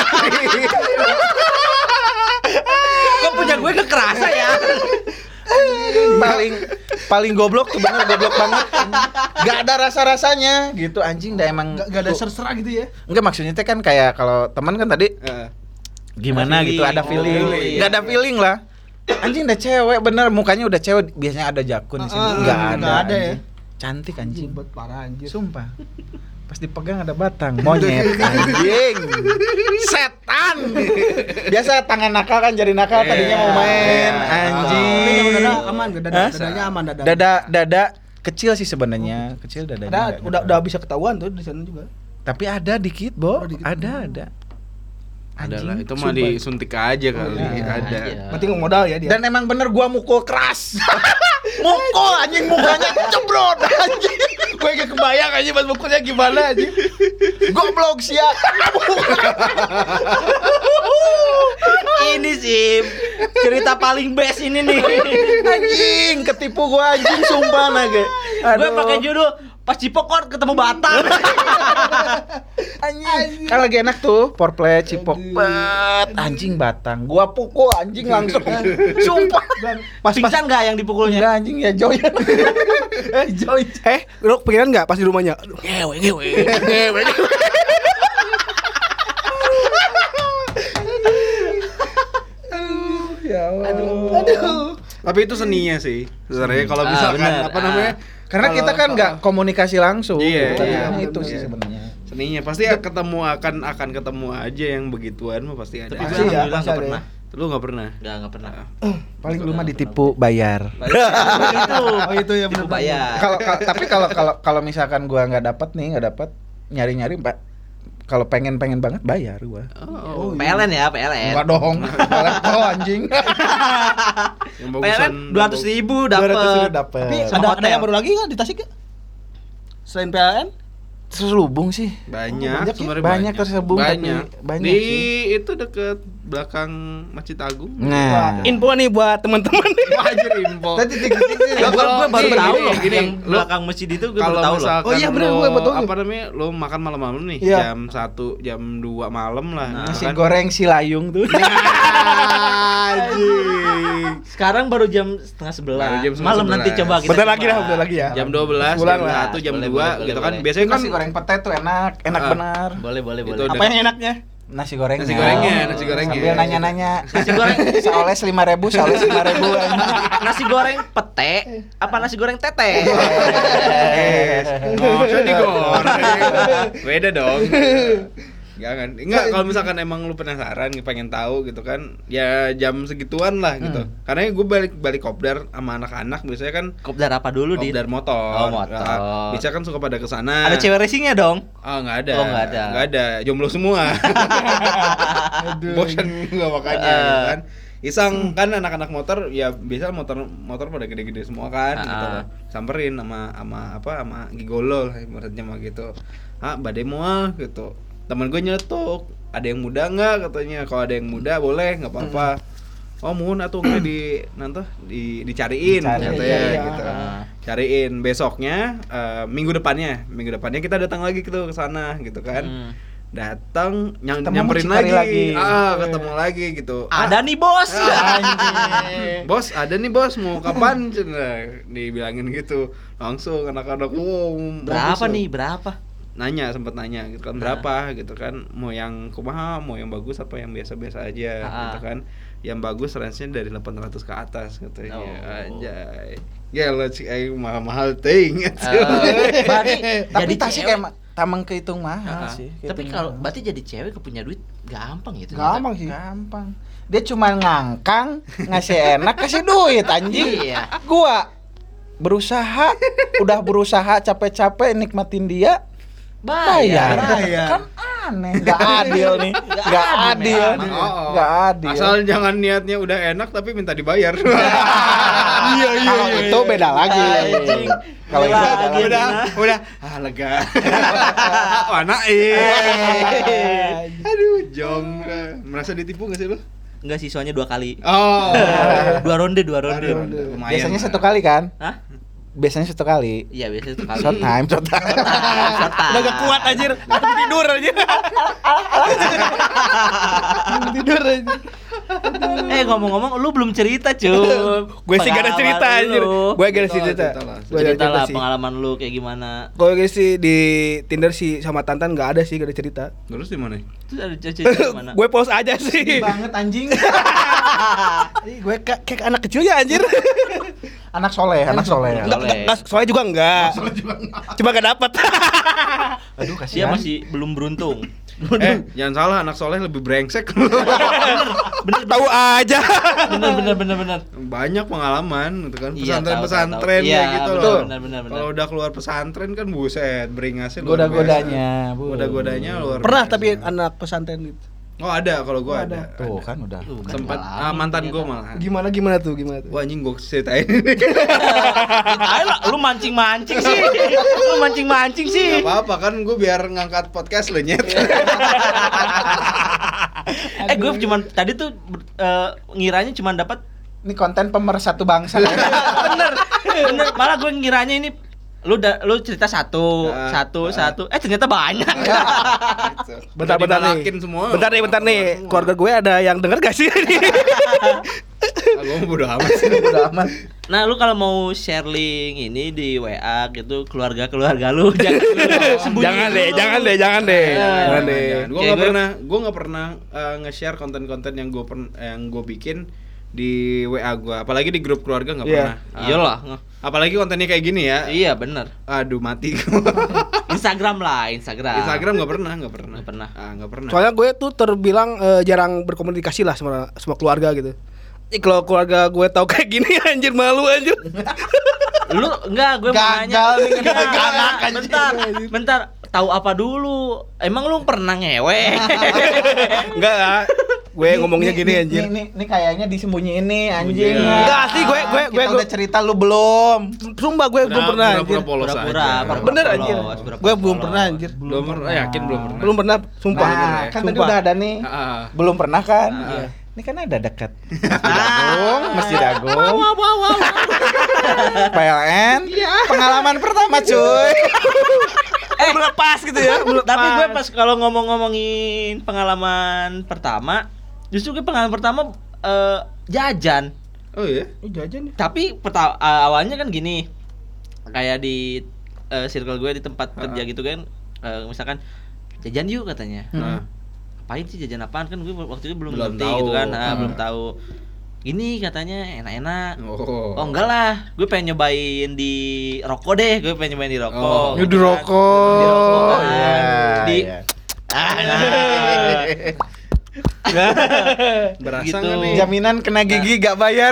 Kok punya gue kekerasa ya? paling paling goblok tuh bener goblok banget. Gak ada rasa-rasanya gitu anjing dah emang. Gak, gak ada serserah gitu ya. Enggak maksudnya teh kan kayak kalau teman kan tadi Eh, gimana Ada gitu feeling. ada feeling. Oh, iya. Gak ada feeling lah. Anjing udah cewek bener mukanya udah cewek biasanya ada jakun di sini. Ah, ah, Enggak ada. nggak ada ya. anjing. Cantik anjing. Jibet parah anjir. Sumpah. Pas dipegang ada batang, monyet anjing. Setan. Biasa tangan nakal kan jadi nakal tadinya mau main anjing. Tapi kalau dada aman, dada Hah? dadanya aman dada. Dada dada kecil sih sebenarnya, kecil dadanya. Ada, nggak- udah udah bisa ketahuan tuh di sana juga. Tapi ada dikit, Bo. Oh, dikit. Ada, ada. ada lah, Anjing, itu mah sumpah. disuntik aja kali. iya. Ada. Iya. Berarti nggak modal ya dia. Dan emang bener gua mukul keras. Mukul anjing mukanya cebrot anjing. gue gak kebayang aja pas mukulnya gimana aja. Goblok sia. Ini sih cerita paling best ini nih. Anjing ketipu gua anjing sumpah naga. Gue pakai judul pas Cipokor ketemu Batang. Anjing. Kan lagi enak tuh, foreplay cipok. Bet, anjing batang. Gua pukul anjing langsung. Sumpah. Pas pingsan nggak yang dipukulnya? Enggak anjing ya Joy. Eh Joy. Eh, lu pikiran nggak pas di rumahnya? Aduh, ngewe ngewe ngewe. Ya Allah. Aduh. Tapi itu seninya sih. Sebenarnya kalau Ah, misalkan bener. apa namanya? Karena kalau- kita kan nggak komunikasi langsung. Iya, Gitu. iya, Nah, itu bener. sih sebenarnya. Seninya pasti ketemu akan akan ketemu aja yang begituan mah pasti ada. Tapi gue Pasti ya, alhamdulillah pasti nggak ada pernah. Lu nggak pernah? Nggak nggak pernah. Paling lu mah ditipu bayar. Itu. Oh itu ya Ibu benar. bayar. Kalau kal- tapi kalau kalau kalau misalkan gua nggak dapat nih, nggak dapat nyari-nyari Pak. Kalau pengen-pengen banget bayar gua. Oh, P L N ya, P L N. Enggak dong. Kalau anjing. yang P L N dua ratus ribu dua ratus ribu dapet. dapat. Tapi Sama ada, ada hotel. yang baru lagi nggak di Tasik ya? Selain P L N? Terselubung sih. banyak, Banyak ya? sebenarnya Banyak terselubung, tapi banyak. banyak Di sih. itu deket belakang Masjid Agung. Nah. Info nih buat teman-teman. Wajar info. Tadi titik-titik. Gue Kalau gue baru gini, tahu gini, loh. gini, Yang lu- belakang masjid itu gue baru Kalau tahu loh. misalkan Oh iya, bener, lo, gue betul. apa namanya, lo makan malam-malam nih, Iya. jam satu, jam dua malam lah. Nah, Nasi kan? goreng si layung tuh. Anjing. Sekarang baru jam setengah sebelas. Baru jam setengah Malam nanti sebelas. coba kita. Bentar coba. lagi dah, bentar lagi ya. Jam dua belas, Pulang jam lah. satu, jam Boleh, dua boleh, gitu boleh, kan. boleh. Biasanya kan Nasi goreng pete tuh enak, enak Ah. benar. Boleh boleh Itu boleh. udah- Apa yang enaknya? Nasi gorengnya. Nasi gorengnya, nasi gorengnya. Sambil nanya-nanya. Nasi goreng. Seoles lima ribu, seoles lima ribu. Nasi goreng pete apa nasi goreng tete? Masa digoreng. Beda dong. Jangan. Enggak, kalau misalkan emang lu penasaran pengen tahu gitu kan, ya jam segituan lah gitu. Hmm. Karena gue balik balik kopdar sama anak-anak biasanya kan Kopdar apa dulu di? kopdar motor. Oh, motor. Nah, biasanya kan suka pada kesana. Ada cewek racingnya dong. Oh, enggak ada. Oh, nggak ada. Nggak ada. Jomblo semua. Bosan gua makanya Uh. gitu kan. Iseng kan anak-anak motor ya biasa motor motor pada gede-gede semua kan Uh. gitu. Samperin sama sama apa sama gigolo lah ibaratnya mah gitu. Ah, badai moal gitu. Temen gue nyeletuk, ada yang muda nggak katanya? Kalau ada yang muda boleh, nggak apa-apa. Oh mun atau nggak di nanti di dicariin Dicari, katanya iya, iya. gitu. Ah. Cariin besoknya eh, minggu depannya, minggu depannya kita datang lagi gitu ke sana gitu kan. Hmm. Datang nyam, Ketemu nyamperin mucikari lagi. lagi. Ah, ketemu lagi gitu. Ada nih bos. Ah, bos, ada nih bos, mau kapan? Cina dibilangin gitu. Langsung anak-anak wow, Berapa bagus, nih? Berapa? Nanya, sempet nanya gitu kan, Nah. berapa gitu kan, mau yang kumaha, mau yang bagus apa yang biasa-biasa aja Ah. gitu kan. Yang bagus range-nya dari delapan ratus ke atas katanya. Oh. Anjay. Gila sih aing mahal-mahal ting. Eh, berarti Tapi jadi tasik cewek. emang tamang kehitung mahal Ah, sih. Tapi kehitung kalau mahal. berarti jadi cewek kepunya duit gampang gitu. Gampang sih. gampang. Dia cuma ngangkang, ngasih enak, kasih duit anjing. Iya. Gua berusaha, udah berusaha capek-capek nikmatin dia, bayar. Bayar. Kan aneh, nggak adil nih, nggak adil, memang. Oh, oh. nggak adil. Asal jangan niatnya udah enak tapi minta dibayar. Iya iya. Kalau itu beda lagi. Anjing. Kalau itu Beda beda lagi. lagi. udah, udah, ah lega. Mana eh. Aduh, jong. Merasa ditipu gak sih lu? Enggak sih, soalnya dua kali. Oh. Dua ronde, dua ronde. Aduh, lumayan. Biasanya lah. satu kali kan? Hah? biasanya satu kali. Iya biasanya tuh kali. Short time, short time. Short time. Udah gak kuat anjir. Aku tidur anjir. Tidur anjir. Eh ngomong-ngomong lu belum cerita cuy. Gue sih gak ada cerita anjir. Gue gak ada cerita. Cerita lah, Gue ada Cerita lah sih. pengalaman lu kayak gimana. Gue sih di Tinder sih sama Tantan gak ada sih, gak ada cerita. Terus di mana? Terus ada cerita gimana? Gue post aja sih. Banget anjing. Ih, gue kayak, kayak anak kecil ya anjir. Anak soleh, anak soleh. Enggak, enggak, enggak, soalnya juga enggak. Cuma gak dapet. Aduh Dia kasihan. masih belum beruntung. Eh, jangan salah, anak soleh lebih brengsek. Bener Tahu aja. bener bener bener bener. Banyak pengalaman gitu kan, Iya, pesantren-pesantren tahu, tahu, tahu. kayak Iya, gitu betul, loh. benar, benar, benar. Kalau udah keluar pesantren kan buset, beringasnya luar Goda-godanya, biasa. Bu. Goda-godanya luar Pernah biasa. tapi anak pesantren gitu. Oh ada, kalau gua ada. Tuh kan udah. Lu bukan Sempat ngalamin ah, mantan ternyata. gua malah. Gimana gimana tuh, gimana tuh? Wah anjing gua ceritain. Ayo lah, lu mancing-mancing sih. Lu mancing-mancing sih. Gak apa-apa kan gua biar ngangkat podcast lu nyet. Eh gue cuman tadi tuh eh, ngiranya cuman dapat Ini konten pemersatu bangsa. bener. Bener. Malah gue ngiranya ini lu da, lu cerita satu, Ah, satu, ah. satu. Eh ternyata banyak. Bentar, Udah bentar nih. dimalakin semua. Bentar nih, bentar nih. Keluarga gue ada yang denger gak sih? Ah, gua mau bodo amat sih. Udah aman. Nah, lu kalau mau share link ini di W A gitu keluarga-keluarga lu jangan lu sembunyi Jangan deh, dulu. jangan deh, jangan deh. Jangan deh. Gue Kayak nggak gue- pernah, gue nggak pernah uh, nge-share konten-konten yang gue per, yang gue bikin di W A gue, apalagi di grup keluarga nggak Iya. pernah. Ah, Iyalah. apalagi kontennya kayak gini ya. Iya, bener. Aduh mati. Instagram lah, Instagram. Instagram nggak pernah, nggak pernah. Nggak pernah. Ah, nggak pernah. Soalnya gue tuh terbilang eh, jarang berkomunikasi lah sama sama keluarga gitu. Eh, kalau keluarga gue tahu kayak gini anjir malu anjir. Lu enggak, gue mau Gagal nanya. nih, gagal, Enggak, anjing. bentar, bentar. Tahu apa dulu? Emang lu pernah ngewe? Enggak lah. Gue ngomongnya Nih, gini nih, anjir. Nih, nih, nih kayaknya disembunyiin nih anjing. Sembunyiin. Enggak sih, gue gue Kita gue gue udah cerita lu belum. sumpah gue belum pernah anjir. Pura-pura polos Pura-pura, aja. pura-pura. Bener anjir. polos, pura-pura Gue belum polos. pernah anjir. Belum pernah, yakin belum pernah. Belum pernah, sumpah. Nah, kan tadi Sumpah. udah ada nih. Ah, ah. Belum pernah kan? Iya. Ini kan ada dekat. Masjid Agung, Masjid Agung. P L N. Pengalaman pertama, cuy. Eh, melepas gitu ya. Tapi gue pas kalau ngomong-ngomongin pengalaman pertama, justru gue pengalaman pertama eh, jajan. Oh iya. Eh, jajan nih. Tapi perta- eh, awalnya kan gini, kayak di eh, circle gue di tempat kerja gitu kan, eh, misalkan jajan yuk katanya. Nah. Ngapain sih jajan apaan, kan gue waktu itu belum, Belum ngerti tahu. gitu kan, ah, Hmm. belum tahu. Ini katanya enak-enak. Oh. Oh enggak lah, gue pengen nyobain di rokok deh, gue pengen nyobain di rokok. Oh. Ya, di kan. rokok. Di rokok kan. Iya, Di iya. Ah, Berasa Gitu. nggak nih? Jaminan kena gigi gak bayar.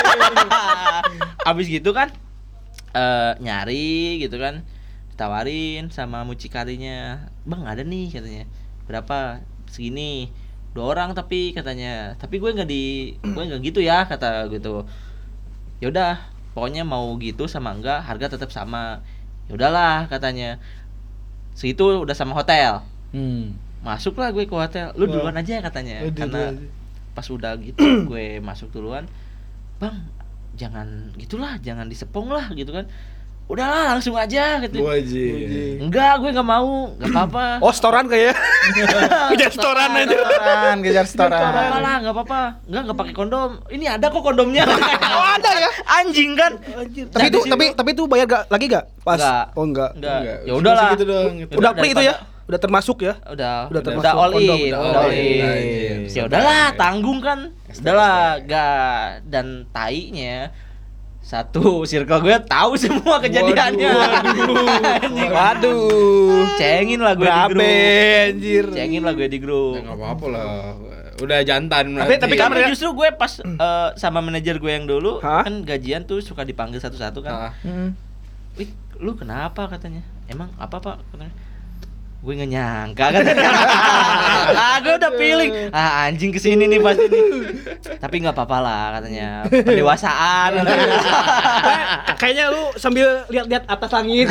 Abis gitu kan eh, nyari gitu kan, ditawarin sama mucikarinya, bang ada nih katanya, berapa, segini, dua orang tapi katanya, tapi gue nggak di gue nggak gitu ya kata gitu. Yaudah pokoknya mau gitu sama enggak harga tetap sama. Yaudahlah katanya, segitu udah sama hotel. Hmm. Masuklah gue ke hotel, lu duluan aja katanya, Lu duluan karena aja. pas udah gitu gue masuk duluan, bang jangan gitulah, jangan disepong lah gitu kan, udahlah langsung aja gitu. Wajib. Enggak, gue nggak mau, nggak apa-apa. Oh, setoran kayak. Kejar setoran aja. Setoran, kejar Nggak setoran. apa-apa lah, nggak apa-apa. Enggak, nggak pakai kondom. Ini ada kok kondomnya. Oh ada ya? Anjing kan? Tapi Nah, itu di situ- tapi tapi itu bayar gak lagi gak? Pas. Enggak. Oh enggak. Enggak. Enggak, Ya udahlah. segitu doang, gitu. Udah free itu ya? daripada- Udah termasuk ya? Udah, Udah udah, termasuk udah all kondom, in, udah udah all all in. in. Anjir. Ya udahlah, tanggung kan. Udahlah, gak, dan tainya satu circle gue tahu semua kejadiannya. Anjing. Waduh. Cengin lah gue di Berabe grup. anjir. Cengin lah gue di grup. Ya nggak apa-apa lah. Udah jantan. Tapi- tapi berarti. kan- Tapi justru gue pas eh, sama manajer gue yang dulu, Hah? kan gajian tuh suka dipanggil satu-satu Ah. kan. Hmm. Wih, lu kenapa katanya? Emang apa pak? Katanya. Gue nggak nyangka katanya. Ah, gue udah feeling. Ah, anjing kesini nih pasti nih. Tapi nggak apa-apa lah katanya. Pendewasaan. katanya. Kayaknya lu sambil lihat-lihat atas langit.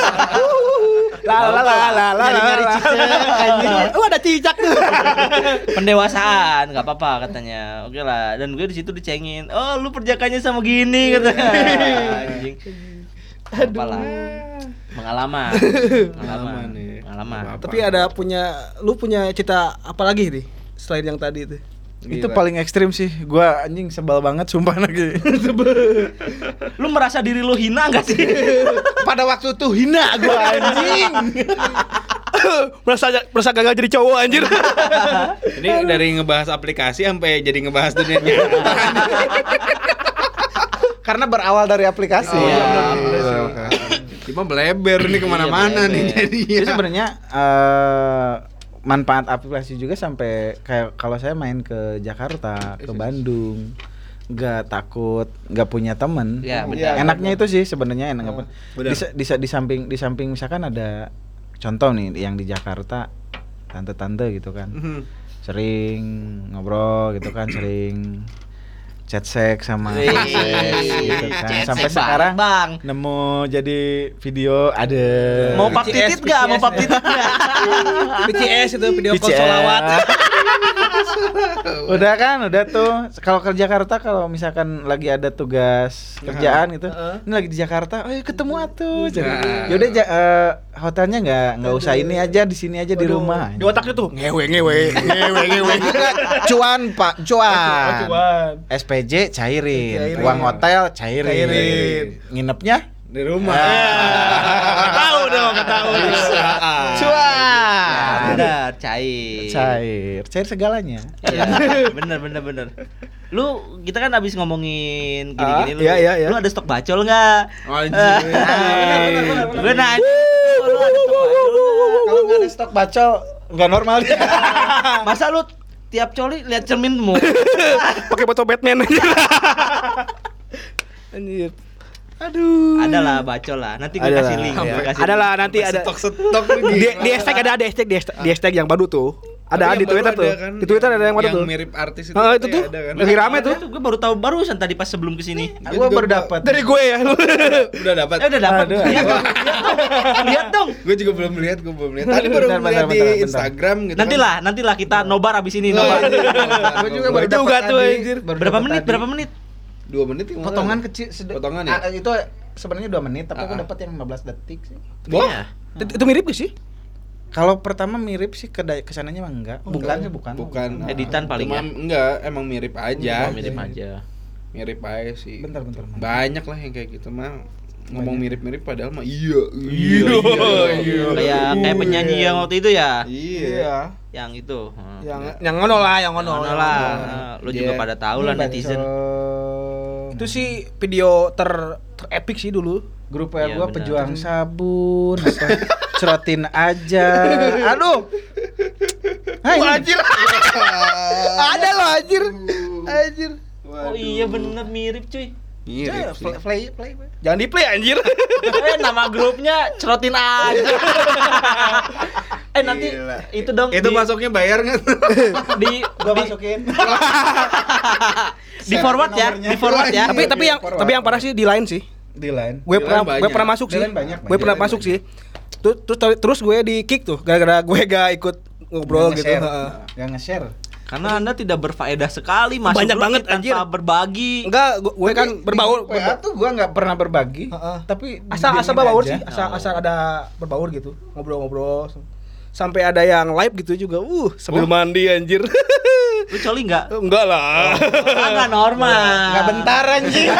La la la la la. Nyari-nyari cicak, anjing. Lu ada cicak tuh. Pendewasaan, nggak apa-apa katanya. Oke lah. Dan gue di situ dicengin. Oh, lu perjakannya sama gini katanya. Anjing. Apalah. Pengalaman. Pengalaman. nih. Pengalaman. Apa-apa. Tapi ada punya lu punya cita apa lagi nih selain yang tadi itu? Itu Gila. paling ekstrim sih. Gua anjing sebel banget sumpah lagi. Lu merasa diri lu hina enggak sih? Pada waktu itu hina gua anjing. merasa merasa gagal jadi cowok anjir. Ini dari ngebahas aplikasi sampai jadi ngebahas dunia nyata. Karena berawal dari aplikasi. Oh, iya, bener, bener bener. sih. Cuma beleber nih kemana-mana Iya, nih beleber. jadinya. Jadi sebenarnya eh, manfaat aplikasi juga sampai kayak kalau saya main ke Jakarta, ke Bandung, nggak takut, nggak punya temen. Ya, benar. Enaknya itu sih sebenarnya enak apa? benar. Di, sa- di, sa- di samping di samping misalkan ada contoh nih yang di Jakarta tante-tante gitu kan, Mhm. sering ngobrol gitu kan, sering chat seks sama Wih, seks gitu kan. chat Sampai seks sekarang Bang. nemu jadi video ada Mau pap B C S, titit enggak? Mau pap B C S, titit enggak? B C S itu video call B C S. sholawat. Udah kan, udah tuh. Kalau ke Jakarta kalau misalkan lagi ada tugas kerjaan gitu, Heeh. ini lagi di Jakarta, oh ketemu atuh. Nah. Yaudah ja- eh, hotelnya nggak nggak usah ini aja, di sini aja di Waduh, rumah. Di otaknya tuh ngewe ngewe ngewe ngewe. Cuan pak, cuan. Cuan. S P J cairin, Cairin. uang hotel cairin, Cairin. nginepnya Di rumah. Nggak tahu dong, nggak tahu. cuan. Benar, cair. Cair, cair segalanya. Iya, bener bener bener. Lu kita kan abis ngomongin gini-gini Ah, lu. iya, iya, iya. Lu ada stok bacol enggak? Anjir. Gue nanya, lu ada stok bacol nggak? Kalau nggak ada stok bacol, nggak normal dia. Masa lu tiap coli lihat cermin mu? Pakai foto Batman anjir. Anjir. Aduh. Adalah bacol lah. Nanti gue Adalah, kasih link. iya. Gua kasih Adalah link. nanti ada Stok-stok nih. di, di hashtag ada ada hashtag di hashtag, di hashtag, di hashtag yang baru tuh. Ada Tapi di yang baru Twitter tuh. ada kan, Di Twitter ada yang baru tuh. Yang mirip artis itu. Ah, itu katanya tuh. ada kan. Lagi rame tuh. Gue baru tahu barusan tadi pas sebelum kesini. Gua baru dapat. Dari gue ya. Udah dapat. Eh udah dapat. Aduh. Lihat dong. Lihat dong. Gue juga belum lihat, gue belum lihat. Tadi baru Bentar, lihat bentar, di bentar, bentar. Instagram gitu. Nantilah, nantilah kita nobar abis ini Oh, nobar. Gua juga baru Juga dapat tuh, tadi. anjir. Baru Berapa dapat menit? tadi. Berapa menit? Dua menit ya, Potongan malah. kecil sede- Potongan ya? Ah, itu sebenarnya dua menit, tapi aku Ah. dapat yang lima belas detik sih. Wah. Iya. Itu, itu mirip gak sih? Kalau pertama mirip sih ke kesananya mah enggak. Bukan sih, bukan. Bukan. Editan paling Cuma ya? enggak, emang mirip aja. Oh, mirip aja. Mirip aja sih. Bentar, bentar, bentar. Banyak lah yang kayak gitu mah. Ngomong mirip-mirip padahal mah iya. Iya, iya. Kayak kayak penyanyi yang waktu itu ya. Iya. Yang itu. Hmm. Yang yang ngono lah, yang ngono. Ngono yang lah. ngono. Nah, lu juga Iya. pada tahu lah Ini netizen. bacol. Itu sih video ter terepik sih dulu. Grup ya Iya, gua benar. pejuang sabun apa cerotin aja. Aduh. Hai, Wah, anjir. Ada loh anjir. Anjir. Oh iya bener mirip cuy. Mirip sih. play play play. play. Jangan di play anjir. Eh nama grupnya cerotin aja. Eh nanti Gila. itu dong Itu di, masuknya bayar nggak? di Gua di, masukin. di forward ya, di forward ya. tapi tapi yang tapi yang parah sih di line sih. Di line. Gue Di pernah line gue banyak. pernah masuk Di sih. line banyak, Gue banyak. pernah Di line masuk banyak. sih. Terus terus terus gue di kick tuh gara-gara gue gak ikut ngobrol gitu. Heeh. Gak nge-share. Karena Anda tidak berfaedah sekali masuk Banyak grup banget, tanpa anjir. berbagi. Enggak, gue, gue kan berbaur. P A tuh gua nggak pernah berbagi. Heeh. Tapi asal asal didiemin berbaur aja. sih, asal Oh. asal ada berbaur gitu, ngobrol-ngobrol. Sampai ada yang live gitu juga. Uh, sambil mandi anjir. Lu coli enggak? Enggak lah. Enggak normal. Nggak bentar anjing.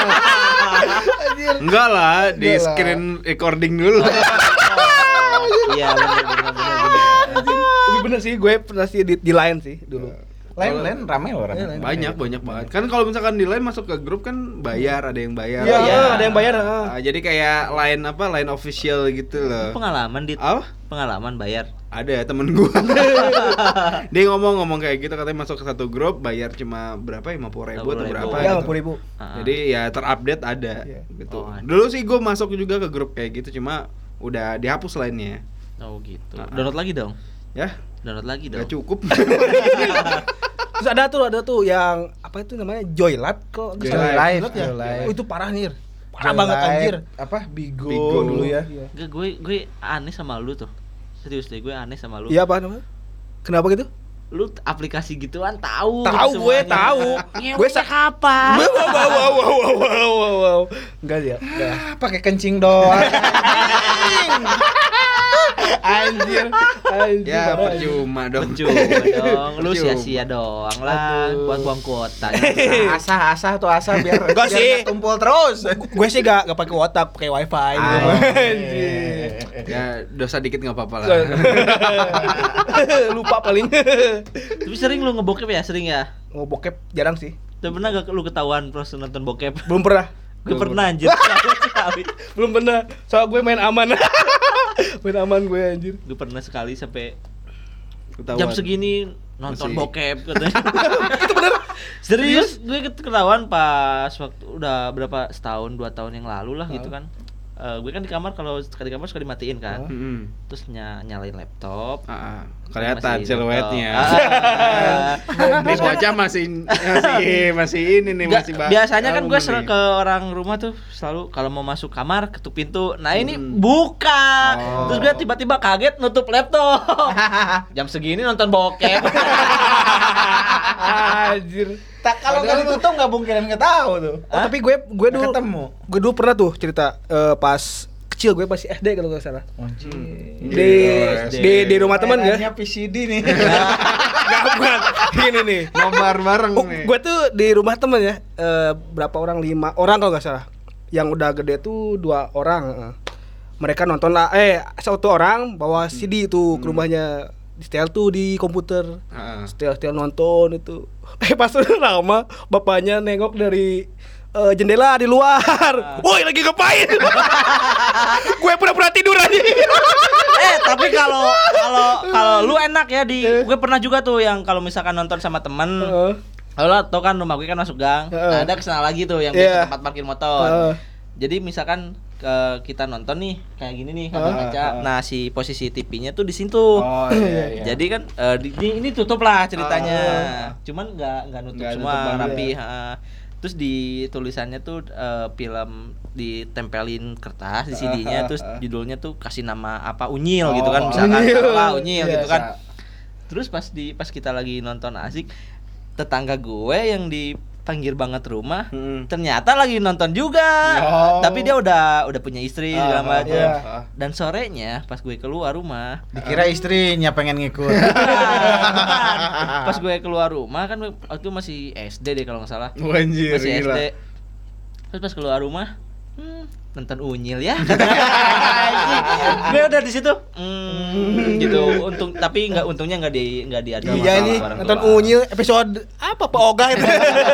Enggak lah, di Enggak lah. screen recording dulu. Iya benar benar benar. Tapi bener sih, gue pernah sih di, di line sih dulu. Lain lain rame loh Iya, rame. Banyak, banyak banget. Kan kalau misalkan di line masuk ke grup kan bayar, ada yang bayar. Iya, Iya. ada yang bayar. heeh. Ah, jadi kayak line apa? Line official gitu loh. Pengalaman di Apa? pengalaman bayar. Ada temen gua. Dia ngomong-ngomong kayak gitu, katanya masuk ke satu grup bayar cuma berapa? lima puluh ribu atau lima puluh ribu. berapa Iya, gitu. lima puluh ribu. Ah. Jadi ya terupdate ada Iya. gitu. Oh, ada. Dulu sih gua masuk juga ke grup kayak gitu, cuma udah dihapus lainnya. Oh gitu. Ah. Download lagi dong. Ya, Download lagi dong. nggak cukup. Terus ada tuh, ada tuh yang apa itu namanya? Joylat kok. Joy Joylat Live, ya? Joy Live. Oh, itu parah nih. Parah Joy banget Live, anjir. Apa Bigo, Bigo. dulu ya. Enggak, gue gue aneh sama lu tuh. Serius deh, gue aneh sama lu. Iya apa namanya? Kenapa gitu? lu aplikasi gituan tahu. Tahu gue tahu. Gue sak apa? Wow wow wow wow wow wow wow wow. Enggak ya. Enggak. Pakai kencing doang. Anjir. Anjir. Ya percuma dong. Percuma dong. Lu Percuma. sia-sia doang lah buat buang kuota. Asah-asah tuh asah biar Enggak biar sih. nggak tumpul terus. Gue sih gak, gak pakai otak, pakai wifi gitu. Anjir. Ya dosa dikit nggak apa-apa lah. Lupa paling. Tapi sering lu ngebokep ya? Sering ya? Ngebokep jarang sih. Udah pernah gak lu ketahuan pas nonton bokep? Belum pernah. Gue pernah anjir. Sekali. Belum pernah. Soal gue main aman. Main aman gue anjir. Gue pernah sekali sampai Ketahuan. jam segini nonton Masih. bokep katanya. Itu bener. Serius, gue ketahuan pas waktu udah berapa setahun dua tahun yang lalu lah gitu kan. Eh, gue kan di kamar kalau di kamar suka dimatiin kan. Mm-mm. Terus ny- nyalain laptop. Ah, ah. Kelihatan Masih siluetnya. nonton. Ah. Ini bocah masih masih masih ini nih Nggak, masih ba- biasanya kan gue baru selalu nih. ke orang rumah tuh selalu kalau mau masuk kamar ketuk pintu. Nah ini Hmm. buka. Oh. Terus gue tiba-tiba kaget nutup laptop. Jam segini nonton bokep. Anjir. Tak kalau nggak ditutup nggak mungkin nggak tahu tuh. Oh, tapi gue gue Nggak dulu ketemu. gue dulu pernah tuh cerita eh, pas kecil gue masih S D kalau nggak salah. Anjir. Di Oh, S D. di di rumah teman ya. Mainannya P C D nih. Gak bukan. Ini nih. Nobar bareng Oh, nih. gue tuh di rumah temen ya, eh, berapa orang, lima orang kalau nggak salah. Yang udah gede tuh dua orang. eh. Mereka nonton lah, eh satu orang bawa C D tuh ke rumahnya, di setel tuh di komputer, Ah, ah. setel setel nonton itu. Eh pas udah lama, bapaknya nengok dari eh, jendela di luar. Woi lagi ngapain? Gue pura-pura tidur aja. Eh tapi kalau kalau kalau lu enak ya di gue pernah juga tuh yang kalau misalkan nonton sama temen. Heeh. Kalau tau kan rumah gue kan masuk gang. Heeh. Nah, ada kesana lagi tuh yang Iya. biasa tempat parkir motor. Heeh. Jadi misalkan ke kita nonton nih kayak gini nih kaca kaca. Nah, si posisi T V-nya tuh di situ. Oh iya iya. Jadi kan eh, di, di- ini tutup lah ceritanya. Cuman nggak nggak nutup Nggak semua nutup banget. rapi. ha. Terus di tulisannya tuh eh, film ditempelin kertas di C D-nya, terus judulnya tuh kasih nama apa Unyil gitu kan, Oh, misalkan Unyil. apa Unyil gitu Biasa. kan. Terus pas di pas kita lagi nonton asik, tetangga gue yang di pinggir banget rumah Hmm. ternyata lagi nonton juga. Oh. Tapi dia udah udah punya istri segala Ah, macam. iya. ah. Dan sorenya pas gue keluar rumah, Dikira istrinya pengen ngikut. bukan. Pas gue keluar rumah kan waktu masih S D deh kalau nggak salah. Wah, anjir, Masih gila. S D. Terus pas keluar rumah, hmm, nonton Unyil ya. Gue udah di situ. Hmm, gitu. Untung tapi nggak untungnya nggak di nggak diadu. Iya sama ini orang nonton tua. Unyil episode apa Pak Oga itu.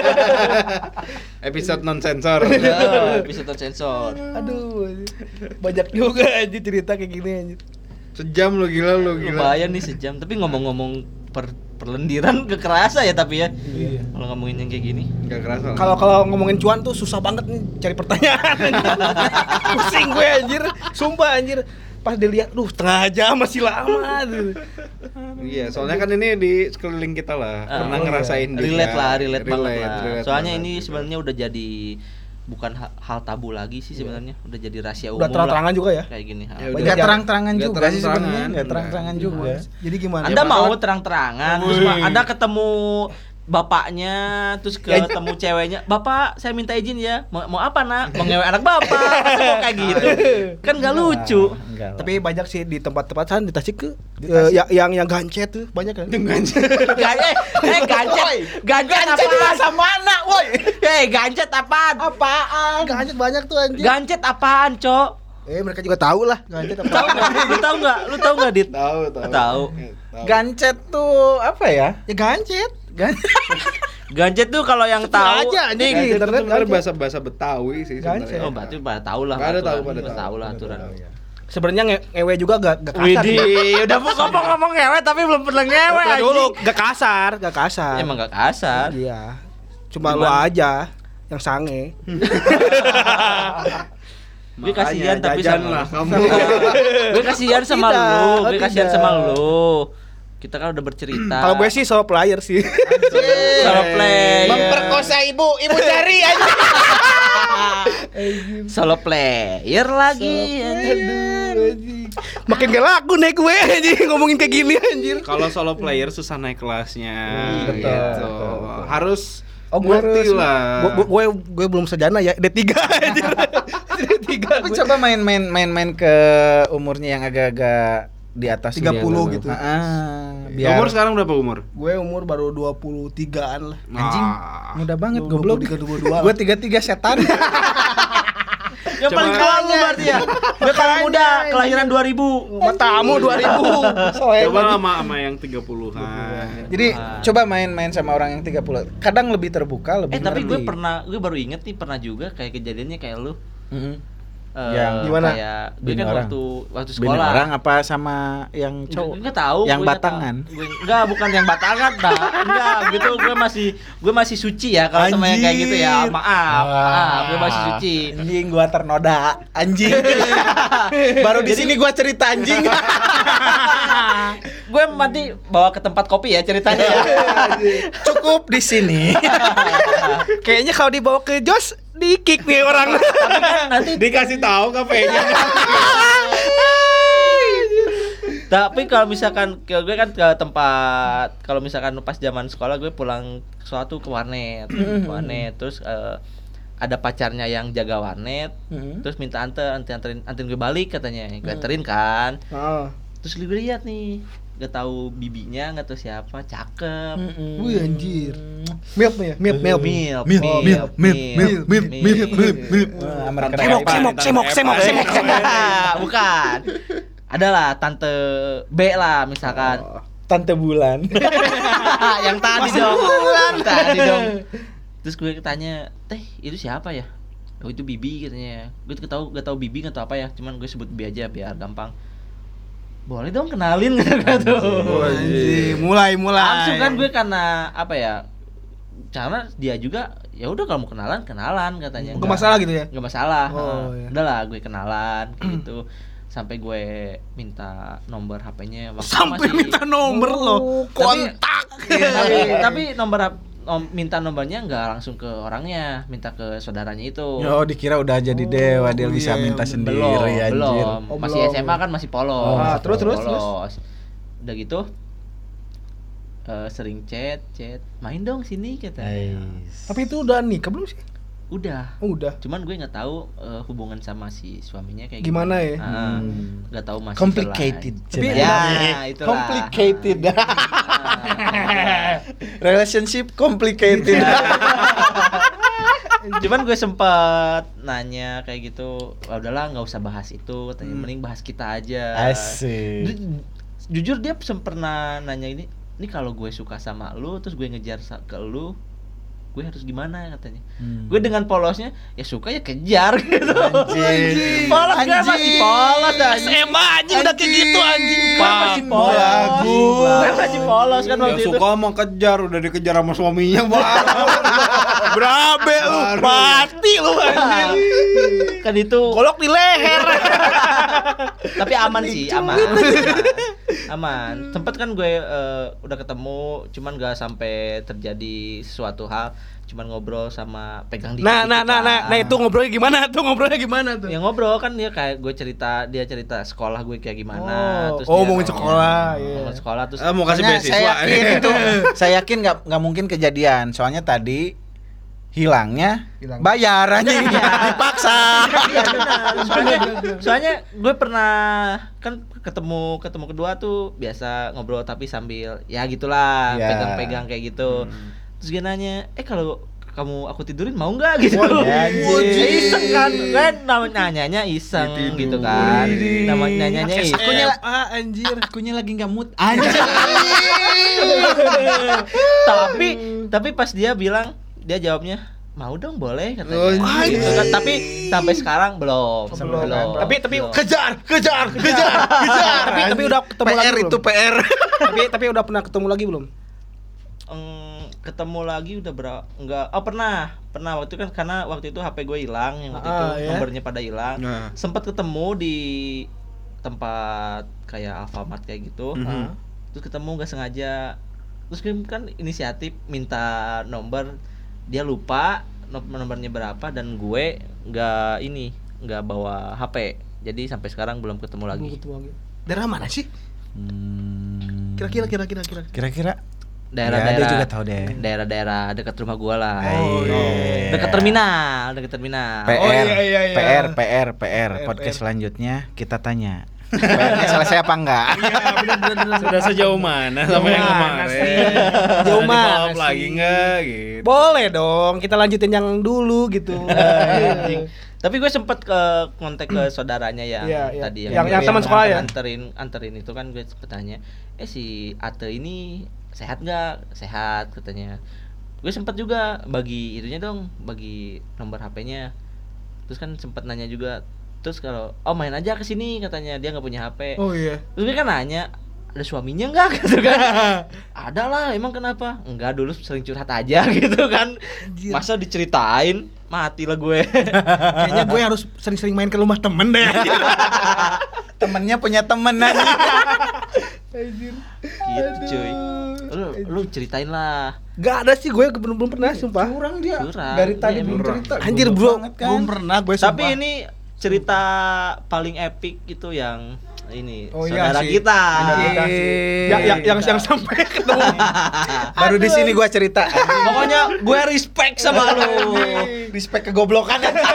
Episode non sensor. Ya, episode sensor. Aduh, banyak juga anjir cerita kayak gini anjir. Sejam lo gila lo gila. Lumayan nih sejam. Tapi ngomong-ngomong per perlendiran gak kerasa ya tapi ya. Iya. Kalau ngomongin yang kayak gini. Enggak kerasa. lah. Kalau kalau ngomongin cuan tuh susah banget nih cari pertanyaan. Pusing gue anjir, sumpah anjir. Pas dilihat, duh setengah jam masih lama tuh. Iya, soalnya kan ini di sekeliling kita lah. Ah, Pernah oh, ngerasain juga. relate lah, relate, banget lah. relate Soalnya banget. ini sebenarnya udah jadi bukan ha- hal tabu lagi sih sebenarnya. Udah jadi rahasia umum Udah terang-terangan juga ya. Kayak gini. ha. Ya udah. Enggak terang-terangan Nggak juga sih terang-terangan. sebenarnya, enggak Nggak. terang-terangan juga. Jadi gimana? Anda Ya, mau masalah- terang-terangan, terus ma- Anda ketemu bapaknya, terus ketemu ceweknya, Bapak saya minta izin ya, mau, mau apa nak? Mau ngewe anak bapak, Masa mau kayak gitu, kan nggak lucu. Enggak. Tapi banyak sih di tempat-tempat sana di Tasik ke eh, yang yang yang gancet tuh banyak kan. Gancet, eh gancet, gancet apaan? sama anak, woi. Eh gancet apaan? Apaan? Gancet banyak tuh anjir. Gancet apaan, Cok? Eh mereka juga tahu lah gancet Tahu apa. nggak? Lu tahu nggak? Lu tahu nggak, Dit? Tahu, tahu. Tahu. Gancet tuh apa ya? Ya gancet. Gan Gancet tuh kalau yang tahu, aja, nih, anjing. Gancet itu internet sebenarnya gancet. bahasa-bahasa Betawi sih Gancet. sebenarnya. oh berarti pada tahu lah. Pada tahu, aturan. pada tahu. lah aturan. Sebenarnya nge- ngewe juga gak, gak kasar. Widih, udah mau ngomong-ngomong ngewe tapi belum pernah ngewe. Pernah dulu anjing. gak kasar, gak kasar. Emang gak kasar. Iya. Cuma lu Cuman- aja yang sange. Gue kasihan Makanya, tapi jajan sama lah lu. kamu. Gue kasihan sama Tidak, lu, oh gue kasihan tidak. sama lu. Kita kan udah bercerita. Kalau gue sih solo player sih. solo player. memperkosa ibu, ibu cari aja. Solo player lagi. anjing. Aduh, anjing. Makin gak laku naik gue anjir ngomongin kayak gini anjir. Kalau solo player susah naik kelasnya. Betul, Gitu. betul, betul. Harus Oh gue ngerti lah. Gue gue gue belum sejana ya D tiga anjir. D tiga Aku gue. coba main-main main-main ke umurnya yang agak-agak di atas tiga puluh dulu. gitu. Ah, biar Umur sekarang berapa umur? Gue umur baru dua puluh tigaan lah. anjing Ah. muda banget dua puluh goblok. tiga, dua puluh dua. Gua tiga puluh tiga setan. Yang paling Coba- tua lu berarti ya. Gue paling muda, kelahiran dua ribu. Matamu dua ribu. Coba sama sama yang tiga puluhan. Jadi coba main-main sama orang yang tiga puluh. Kadang lebih terbuka, lebih Eh tapi gue ngerti. pernah, gue baru inget nih pernah juga kayak kejadiannya kayak lu. Mhm. Eh, Yang gimana? Kayak gue Bini kan orang. waktu waktu Bini sekolah. orang apa sama yang cowok? Gue nggak tahu. Yang gue nggak batangan? tahu. Gue enggak, bukan yang batangan, nah. Enggak, gitu gue masih gue masih suci ya kalau sama yang kayak gitu ya. Maaf, maaf, gue masih suci. Anjing gua ternoda, anjing. Baru di sini gua cerita anjing. Gue nanti bawa ke tempat kopi ya ceritanya ya. Cukup di sini. Kayaknya kalau dibawa ke Jos di kick nih orang. Nanti Dikasih tahu kafenya. tapi kalau misalkan ke gue kan ke tempat kalau misalkan pas zaman sekolah gue pulang suatu ke warnet, ke warnet terus eh, ada pacarnya yang jaga warnet, Mhm. terus minta anter, anter anterin, anterin gue balik katanya, gue anterin kan, Ah. terus gue lihat nih, gak tahu bibinya, gak tahu siapa, cakep, Wih anjir. Milk nih ya, milk, milk. milk, Milk, milk, milk, milk, milk, milk, milk, milk. Wah, Amerika Semok, Raya. semok, semok, semok, semok, semok. bukan, adalah tante B lah misalkan. Tante Bulan. Yang tadi dong. Yang tadi dong. Terus gue tanya, "Teh, itu siapa ya?" "Oh, itu Bibi," katanya. Gue tuh tahu gak tahu Bibi atau apa ya, cuman gue sebut Bibi aja biar gampang. "Boleh dong kenalin," kata tuh. Anjir, mulai mulai. Langsung kan gue karena apa ya? Karena dia juga ya udah kalau mau kenalan kenalan katanya. Enggak masalah gitu ya. Nggak masalah. Oh, Heeh. iya. Udahlah gue kenalan kayak gitu. Sampai gue minta nomor H P-nya waktu itu Sampai masih- minta nomor lo. Tapi- Kontak. tapi, tapi nomor hap- nom- minta nomornya nggak langsung ke orangnya, minta ke saudaranya itu. Oh, dikira udah jadi dewa, dia Oh, bisa iya, minta belum, sendiri anjir. belum. Oh, Masih belum. S M A kan masih polos. Oh, ah, terus, terus, Polos. Udah gitu eh, sering chat, chat. "Main dong sini," katanya. Ais. Tapi itu udah nikah belum sih? Udah. Oh, udah. Cuman gue nggak tahu eh, hubungan sama si suaminya kayak Gimana ya? Ah, Hmm. nggak tahu masih Complicated. cerai. Tapi- ya, itulah. Complicated. Ah. Relationship complicated. Cuman gue sempet nanya kayak gitu, "Ah, udahlah nggak usah bahas itu," katanya, "mending bahas kita aja." Asik. Ju- Jujur dia sem- pernah nanya ini, "Ini kalau gue suka sama lu terus gue ngejar sa- ke lu, gue harus gimana?" katanya. Hmm. Gue dengan polosnya, "Ya suka ya kejar," gitu. Anjing. Polos kan Anjing. masih polos S M A anjing udah kayak gitu anjing. Kan masih polos. Bagus. Kan masih polos kan Ya waktu itu. suka mau kejar, udah dikejar sama suaminya, Bang. Berabe lu, mati lu anjing. Kan itu Golok di leher. tapi aman sih, aman. Aman. Sempet kan gue eh, udah ketemu, cuman gak sampai terjadi sesuatu hal, cuman ngobrol sama pegang dikit. Nah, nah, nah, nah, nah itu ngobrolnya gimana tuh? Ngobrolnya gimana tuh? yang ngobrol kan dia kayak gue cerita, dia cerita sekolah gue kayak gimana, Oh, terus oh, dia ngomongin nanya, sekolah, iya. ngomongin sekolah terus Ah, mau kasih Soalnya beasiswa. saya yakin itu, saya yakin nggak nggak mungkin kejadian. Soalnya tadi hilangnya Hilang. bayar aja dipaksa. Iya, benar. Soalnya, soalnya gue pernah kan ketemu ketemu kedua tuh biasa ngobrol tapi sambil ya gitulah, Ya. pegang-pegang kayak gitu. Terus dia nanya, "Eh kalau kamu aku tidurin mau nggak?" gitu. Wah, anjing. Ya, iseng kan, kan namanya nanyanya iseng gitu kan. Namanya nanyanya iseng. Akunya ah anjir. Akunya lagi nggak mood. Anjir. tapi tapi pas dia bilang, dia jawabnya, "Mau dong, boleh," katanya. Oh, Gitu kan. Tapi sampai sekarang belum. Belum. Belum. Tapi tapi Belum. kejar, kejar, kejar, kejar. Tapi tapi udah ketemu P R lagi itu belum? P R. Tapi tapi udah pernah ketemu lagi belum? Eng, ketemu lagi udah berapa? Enggak. Oh, pernah. Pernah waktu itu kan karena waktu itu H P gue hilang, yang waktu itu Ah, ya. nomornya pada hilang. Nah. Sempat ketemu di tempat kayak Alfamart kayak gitu. Mhm. Terus ketemu gak sengaja. Terus gue kan inisiatif minta nomor, dia lupa nom- nomornya berapa dan gue nggak ini nggak bawa H P. Jadi sampai sekarang belum ketemu lagi. Belum ketemu lagi. Daerah mana sih? Hmm. Kira-kira kira-kira kira. Kira-kira Daerah-daerah ya, dia juga tahu deh. Daerah-daerah dekat rumah gua lah. Oh, iya. Dekat terminal, dekat terminal. P R, Oh, iya, iya, iya. P R, P R, P R. P R. Podcast selanjutnya kita tanya. P R-nya selesai apa enggak? Sudah sejauh mana sampai yang mana kemarin? sih? Jauh Ada mana di-follow sih? lagi enggak gitu. Boleh dong, kita lanjutin yang dulu gitu. Anjing. Tapi gue sempet ke kontak ke saudaranya yang Iya, iya. tadi Yang- yang teman sekolah ya? Anterin anterin itu kan gue sempet tanya, "Eh si Ate ini sehat nggak?" "Sehat," katanya. Gue sempet juga bagi itunya dong, bagi nomor H P-nya. Terus kan sempet nanya juga, terus kalau oh main aja ke sini katanya, dia nggak punya H P. Oh iya. Terus gue kan nanya, ada suaminya enggak gitu kan? Ada lah, emang kenapa? Enggak, dulu sering curhat aja gitu kan. Anjir. Masa diceritain, mati lah gue. Kayaknya gue harus sering-sering main ke rumah temen deh. Temennya punya temen aja. Anjir. Gitu cuy. Lu, lu ceritain lah. Gak ada sih, gue belum belum pernah sumpah. Kurang dia. Curang. Dari tadi Iya, belum curang. cerita. Anjir Goblok bro, banget kan. belum pernah gue sumpah. Tapi ini cerita paling epic itu yang ini Oh iya saudara sih. kita. Saudara yang yang yang, yang sampai ketemu. Baru di sini gua cerita. Pokoknya gue respect sama lu. Respect kegoblokan.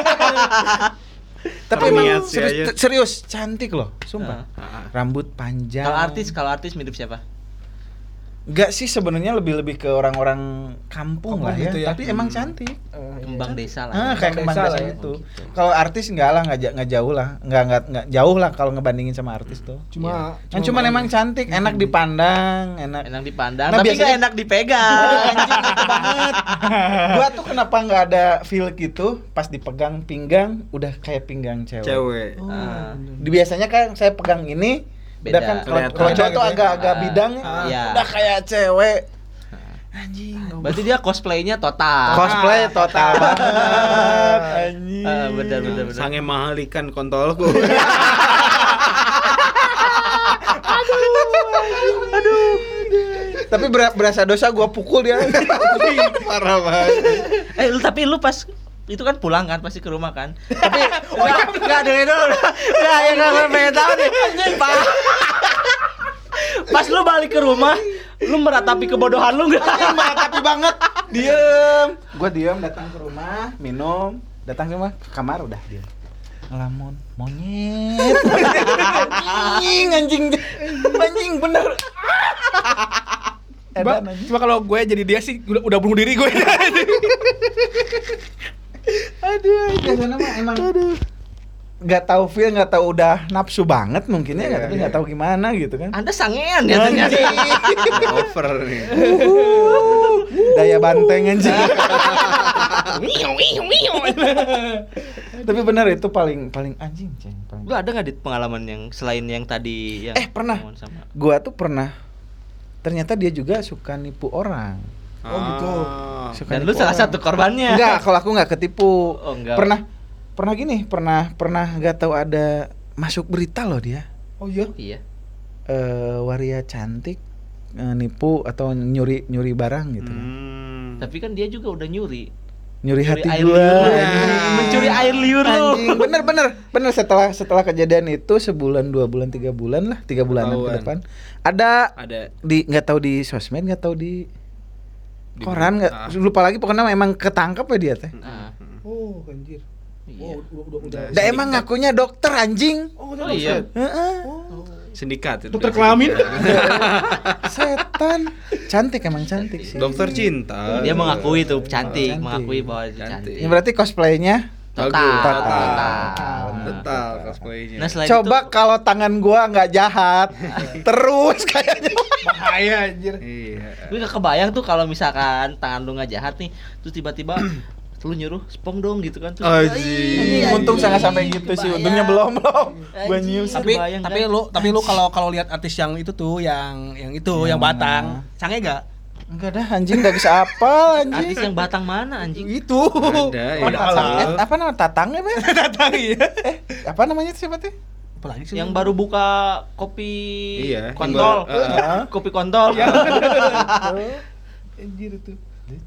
Tapi Niat emang sih serius, aja. serius cantik loh, sumpah. Ah, ah. Rambut panjang. Kalau artis, kalau artis mirip siapa? Enggak sih, sebenarnya lebih-lebih ke orang-orang kampung, Kampung lah ya. gitu ya. Tapi emang cantik. Kembang desa lah. Ah, kayak Kembang kembang desa desa lah ya. gitu. Oh, gitu. Kalau artis enggak lah, enggak ja- enggak jauh lah. Enggak enggak enggak jauh lah kalau ngebandingin sama artis tuh. Cuma Yang cuman emang cantik, enak dipandang, enak. Enak dipandang, Nah, tapi biasanya- gak enak dipegang. Anjing gitu banget. Gua tuh kenapa nggak ada feel gitu pas dipegang pinggang udah kayak pinggang cewek. Cewek. Ah. Di biasanya kan saya pegang ini Beda. udah kan kalau Kelihatan. kalau cowok Beda tuh gitu ya. agak-agak Ah, bidang iya. udah kayak cewek. Anjing. Berarti dia cosplaynya total. Cosplay total banget. Anjing. Ah, benar benar benar. Sange mahal ikan kontolku. Tapi ber- berasa dosa gua pukul dia. Parah banget. Eh lu tapi lu pas itu kan pulang kan pasti ke rumah kan. Tapi enggak enggak dengerin dulu. Enggak ya enggak gue pengen tahu nih. Pas, pas lu balik ke rumah, lu meratapi kebodohan lu enggak? Anjing meratapi banget. Diem. Gua diem datang ke rumah, minum, datang ke rumah, ke kamar udah diem. Ngelamun, monyet. Anjing, anjing. Anjing bener. Ba- Edan, anjing. cuma kalau gue jadi dia sih udah, udah bunuh diri gue. Aduh, Biasanya mah emang nggak tahu feel, nggak tahu udah nafsu banget mungkin ya, Iya, tapi iya. nggak tahu gimana gitu kan. Anda sangean ya ternyata. Over nih. Daya banteng anjing. Tapi benar itu paling paling anjing, ceng. Paling. Lu ada enggak di pengalaman yang selain yang tadi yang Eh, pernah. ngomong sama Gua tuh pernah. Ternyata dia juga suka nipu orang. Oh, gitu. Suka dan nipu lu salah orang. satu korbannya. Enggak, kalau aku nggak ketipu. Oh, enggak. Pernah pernah gini, pernah pernah nggak tahu ada masuk berita loh dia. Oh iya. Iya. Eh waria cantik eh, nipu atau nyuri nyuri barang gitu kan. Hmm. Tapi kan dia juga udah nyuri. Nyuri hati air gua. liur lu. Anjing. Mencuri air liur lu. Anjing, bener bener bener setelah setelah kejadian itu sebulan dua bulan tiga bulan lah tiga bulanan ke Ketahuan. depan ada Ada di nggak tahu di sosmed nggak tahu di, Di koran nggak berita. lupa lagi pokoknya memang ketangkap ya dia teh. Nah, Oh, anjir. iya. Oh, udah udah udah. Da emang ngakunya dokter anjing. Oh, Oh iya. Heeh. sindikat itu. Dokter kelamin. Setan. Cantik emang cantik sih. Dokter cinta. Dia mengakui tuh cantik, Cantik. mengakui bahwa dia Cantik. cantik. Ya berarti cosplaynya Total. Bagus. Total. Total. Nah. Total cosplaynya. Nah, selain coba itu, kalau tangan gua nggak jahat terus kayaknya. Bahaya anjir. Iya. gue gak kebayang tuh kalau misalkan tangan lu nggak jahat nih, terus tiba-tiba lu nyuruh spong dong gitu kan tuh. Anjing. Anjing, untung saya nggak sampai gitu sih. Untungnya belum belum. Gua Anjing. nyium sih. Tapi Kebayang, tapi kan? lu tapi lu kalau kalau lihat artis yang itu tuh yang yang itu Yang yang, mana? batang, sange gak? Enggak dah anjing nggak bisa apa Artis anjing. yang batang mana anjing? Itu. Ada, Oh, iya. tatang, eh, apa nama tatangnya Be? Datang iya. Eh, apa namanya siapa tuh? Apalagi sih? Yang baru buka kopi Iya, yang kontol. baru- Heeh. Kopi kontol. anjir itu.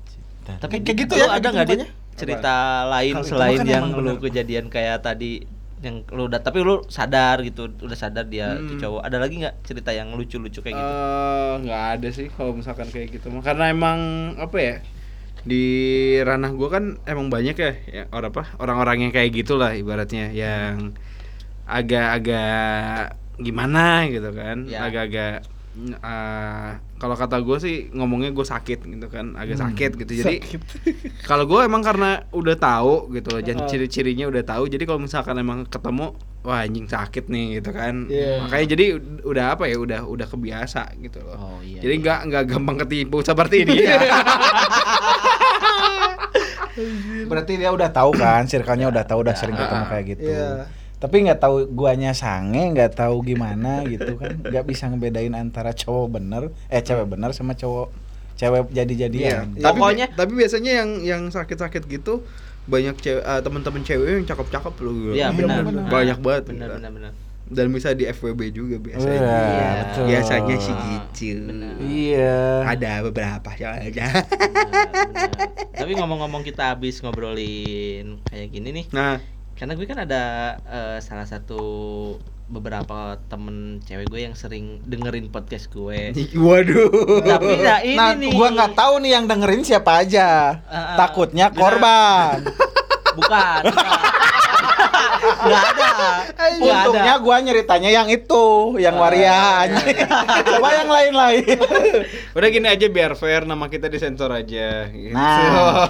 Tapi Kayak gitu lu ya, ada kayak nggak gitu Dit? Cerita lain Kalau itu selain kan yang emang lu bener. kejadian kayak tadi yang lu udah tapi lu sadar gitu, udah sadar dia Hmm. tuh cowok. Ada lagi nggak cerita yang lucu-lucu kayak gitu? Eh, nggak ada sih kalau misalkan kayak gitu mah. Karena emang apa ya, di ranah gue kan emang banyak ya, ya orang apa orang-orang yang kayak gitulah ibaratnya, yang agak-agak gimana gitu kan, Ya. agak-agak eh, kalau kata gue sih ngomongnya gue sakit gitu kan, agak sakit gitu. Jadi kalau gue emang karena udah tahu gitu loh, dan ciri-cirinya udah tahu, jadi kalau misalkan emang ketemu, wah anjing sakit nih gitu kan. Iya. Makanya jadi udah apa ya, udah udah kebiasa gitu loh. Oh, iya, Jadi iya. nggak nggak gampang ketipu seperti dia. Berarti dia udah tahu kan, circle-nya udah tahu, udah sering ketemu kayak gitu. Iya. Tapi nggak tahu guanya sange, nggak tahu gimana gitu kan, nggak bisa ngebedain antara cowok bener, eh cewek bener sama cowok cewek Iya. jadi-jadian. Tapi Pokoknya- tapi biasanya yang yang sakit-sakit gitu banyak cewek, uh, teman-teman cewek yang cakep-cakep loh. gua. Iya, benar. benar. Banyak banget. Benar gila. benar benar. Dan bisa di F W B juga biasanya. Iya, Iya. betul. Biasanya sih gitu. Benar. Iya. Ada beberapa soalnya. Benar, benar. Tapi ngomong-ngomong kita habis ngobrolin kayak gini nih, Nah, karena gue kan ada eh, salah satu beberapa temen cewek gue yang sering dengerin podcast gue. waduh. Tapi nah ini Nah, nih. gua nggak tahu nih yang dengerin siapa aja. Ah, ah. Takutnya korban. Bukan. Enggak ada. Nggak Untungnya ada. gua nyeritanya yang itu, yang waria anjing. Coba yang lain-lain. Udah gini aja biar fair, nama kita disensor aja. Gitu. Nah.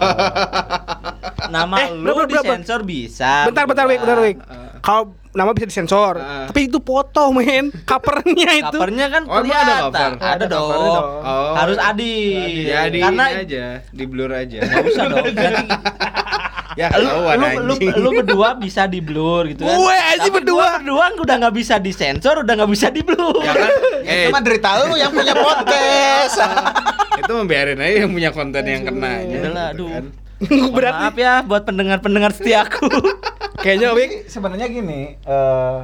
Nama Eh, lu berapa, berapa? disensor bisa. Bentar, bentar, Wik, bentar, Wik. Ah. Kalau nama bisa disensor, Ah. tapi itu foto, men. Covernya itu. Covernya kan Oh, emang ada kelihatan. cover? Ada, Ada dong. covernya dong. Oh. Harus adil. Ya di Karena ini aja, di blur aja. nggak usah dong. Nanti Ya lu, ketahuan lu, lu, anjing. lu berdua bisa di blur gitu kan. Gue aja Tapi berdua. gua berdua udah nggak bisa disensor, udah nggak bisa di blur. Ya kan? Eh, Itu mah derita lu yang punya podcast. itu membiarin aja yang punya konten yang kena aja. Udah lah, gitu aduh. kan. Mohon Berat maaf ya buat pendengar-pendengar setiaku. Kayaknya, Wik. Jadi sebenarnya gini, eh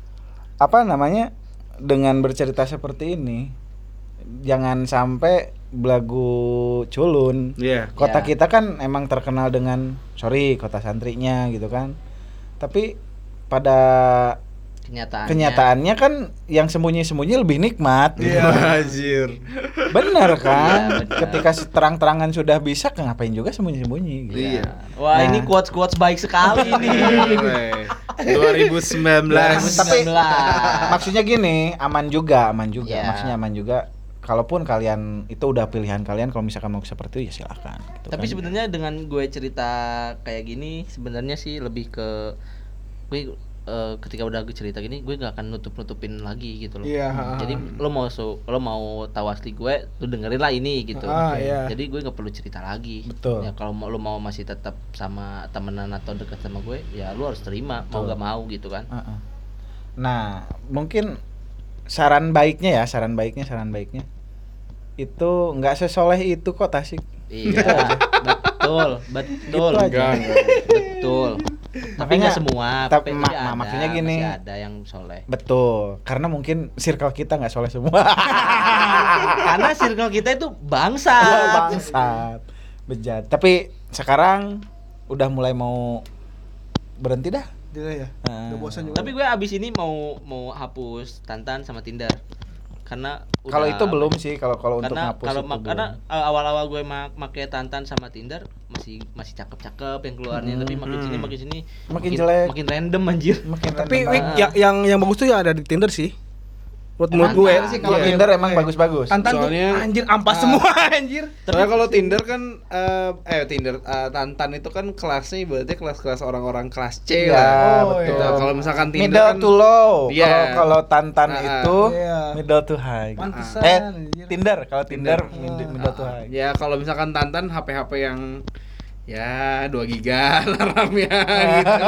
apa namanya, dengan bercerita seperti ini, jangan sampai belagu culun. Iya. Kota Ya. kita kan emang terkenal dengan, sorry, kota santrinya gitu kan. Tapi pada Kenyataannya. kenyataannya kan yang sembunyi-sembunyi lebih nikmat. gitu. Anjir. Bener kan? Iya, bener. Ketika terang-terangan sudah bisa, ngapain juga sembunyi-sembunyi gitu. Iya. Wah, Nah. ini quotes-quotes baik sekali nih. dua ribu sembilan belas. Tapi dua ribu sembilan belas. maksudnya gini, aman juga, aman juga. Iya. Maksudnya aman juga. Kalaupun kalian itu udah pilihan kalian, kalau misalkan mau seperti itu ya silakan. Gitu Tapi kan. sebenarnya dengan gue cerita kayak gini, sebenarnya sih lebih ke gue eh, ketika udah gue cerita gini, gue gak akan nutup-nutupin lagi gitu loh. Iya, Hmm, ha, Jadi ha. lo mau so, lo mau tahu asli gue, lo dengerin lah ini gitu. Ah, iya. Jadi gue nggak perlu cerita lagi. Betul. Ya kalau mau lo mau masih tetap sama temenan atau dekat sama gue, ya lo harus terima, mau Betul. gak mau gitu kan. Uh-uh. Nah, mungkin saran baiknya ya, saran baiknya, saran baiknya itu nggak sesoleh itu kok Tasik. Iya, betul, betul, Gitu aja. Enggak, enggak. betul. Tapi Makanya- nggak semua. tapi tapi ma- ada, ma- maksudnya gini. masih ada yang soleh. Betul, karena mungkin circle kita nggak soleh semua. Karena circle kita itu bangsa. Bangsat, bejat. Tapi sekarang udah mulai mau berhenti dah. Gila ya. Ah. Udah bosan juga. Tapi gue abis ini mau mau hapus Tantan sama Tinder. Karena udah- Kalau itu belum sih, kalau kalau untuk karena ngapus kalau itu ma- belum. karena uh, awal-awal gue ma- make Tantan sama Tinder masih masih cakep-cakep yang keluarnya, Hmm, tapi makin sini hmm. makin sini Makin jelek. makin random anjir. Makin Tapi random Wik, banget. ya, yang yang bagus tuh ya ada di Tinder sih. Menurut menurut Emang gue ada sih kalau Iya. Tinder emang bagus-bagus. Tantan Soalnya- tuh anjir ampas Ah. semua anjir. Soalnya kalau Tinder kan eh eh Tinder eh, Tantan itu kan kelasnya berarti kelas-kelas orang-orang kelas C Iya, lah. Oh, betul. Gitu. Kalau misalkan Tinder Middle kan to low. Iya. Kalau kalau Tantan Ah, ah. itu Iya. middle to high. Pantesan, Eh, anjir. Tinder. Kalau Tinder, Tinder. mid- middle to high. ya kalau misalkan Tantan H P H P yang ya dua giga RAM ya gitu.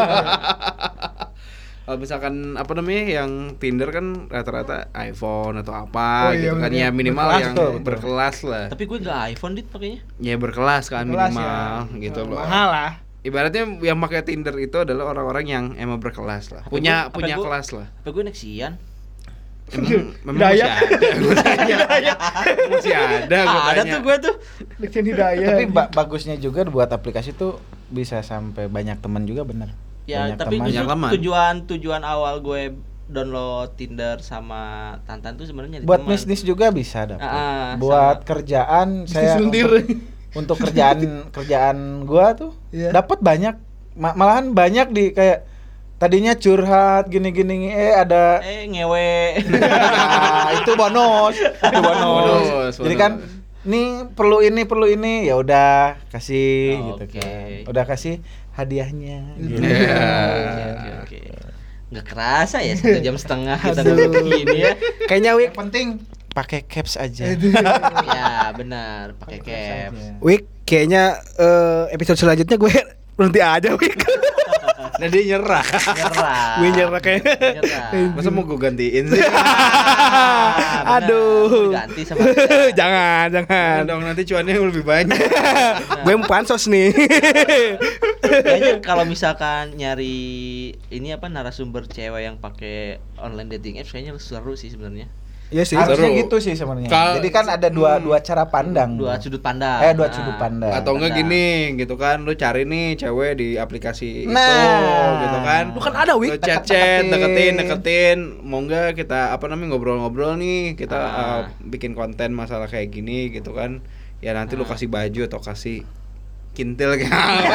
Kalau misalkan apa namanya yang Tinder kan rata-rata iPhone atau apa Oh, iya, gitu kan, bener. ya minimal Berkelas yang tuh, betul. berkelas lah. Tapi gue gak iPhone dit pakainya. Ya berkelas kan Kelas minimal ya. gitu loh. Mahal lah. Ibaratnya yang pakai Tinder itu adalah orang-orang yang emang berkelas lah. Apa Punya gua- apa punya gua- kelas lah. Apa gue Nexian? Emang, memang Hidayah. masih ada. Gua tanya. Masih ada gua Ah, ada tanya. tuh gue tuh. Diksin Hidayah. Tapi ba- bagusnya juga buat aplikasi tuh bisa sampai banyak teman juga bener. Ya, banyak tapi teman. justru Banyak teman. tujuan tujuan awal gue download Tinder sama Tantan tuh sebenarnya nyari Buat teman. bisnis juga bisa dapat. Ah, Buat sama. kerjaan saya lendir. untuk, untuk kerjaan kerjaan gua tuh Iya. dapat banyak Ma- malahan banyak di kayak tadinya curhat gini-gini eh ada Eh ngewe. nah, itu bonus, itu bonus. Bonus, Jadi bonus. kan nih perlu ini perlu ini ya udah kasih Oh, gitu oke. kan. Udah kasih hadiahnya gitu. Iya. Oke, oke, oke. Nggak kerasa ya satu jam setengah kita Aduh. ngomong gini ya. Kayaknya Wik, Yang penting pakai caps aja. Ya benar, pakai caps. Wik, kayaknya eh, episode selanjutnya gue berhenti aja Wik. Nah dia nyerah. Nyerah. Gue nyerah kayaknya. Nyerah. Masa mau gue gantiin sih? Ah, benar. Aduh. Ganti sama kita. jangan, jangan. Jangan dong nanti cuannya yang lebih banyak. Gue mau pansos nih. Kayaknya kalau misalkan nyari ini apa narasumber cewek yang pakai online dating apps kayaknya seru sih sebenarnya. Iya sih. Harusnya Seru. gitu sih sebenarnya. Kal- Jadi kan ada dua dua cara pandang. Dua sudut pandang. Eh, dua Nah, sudut pandang. Atau enggak Pandang. gini gitu kan, lu cari nih cewek di aplikasi itu Nah. gitu kan. Lu kan ada, Wik. Lu chat-chat, Deket-deketin. deketin, deketin. Mau enggak kita apa namanya ngobrol-ngobrol nih, kita Ah. uh, bikin konten masalah kayak gini gitu kan. Ya nanti lu Ah. kasih baju atau kasih kintil kan.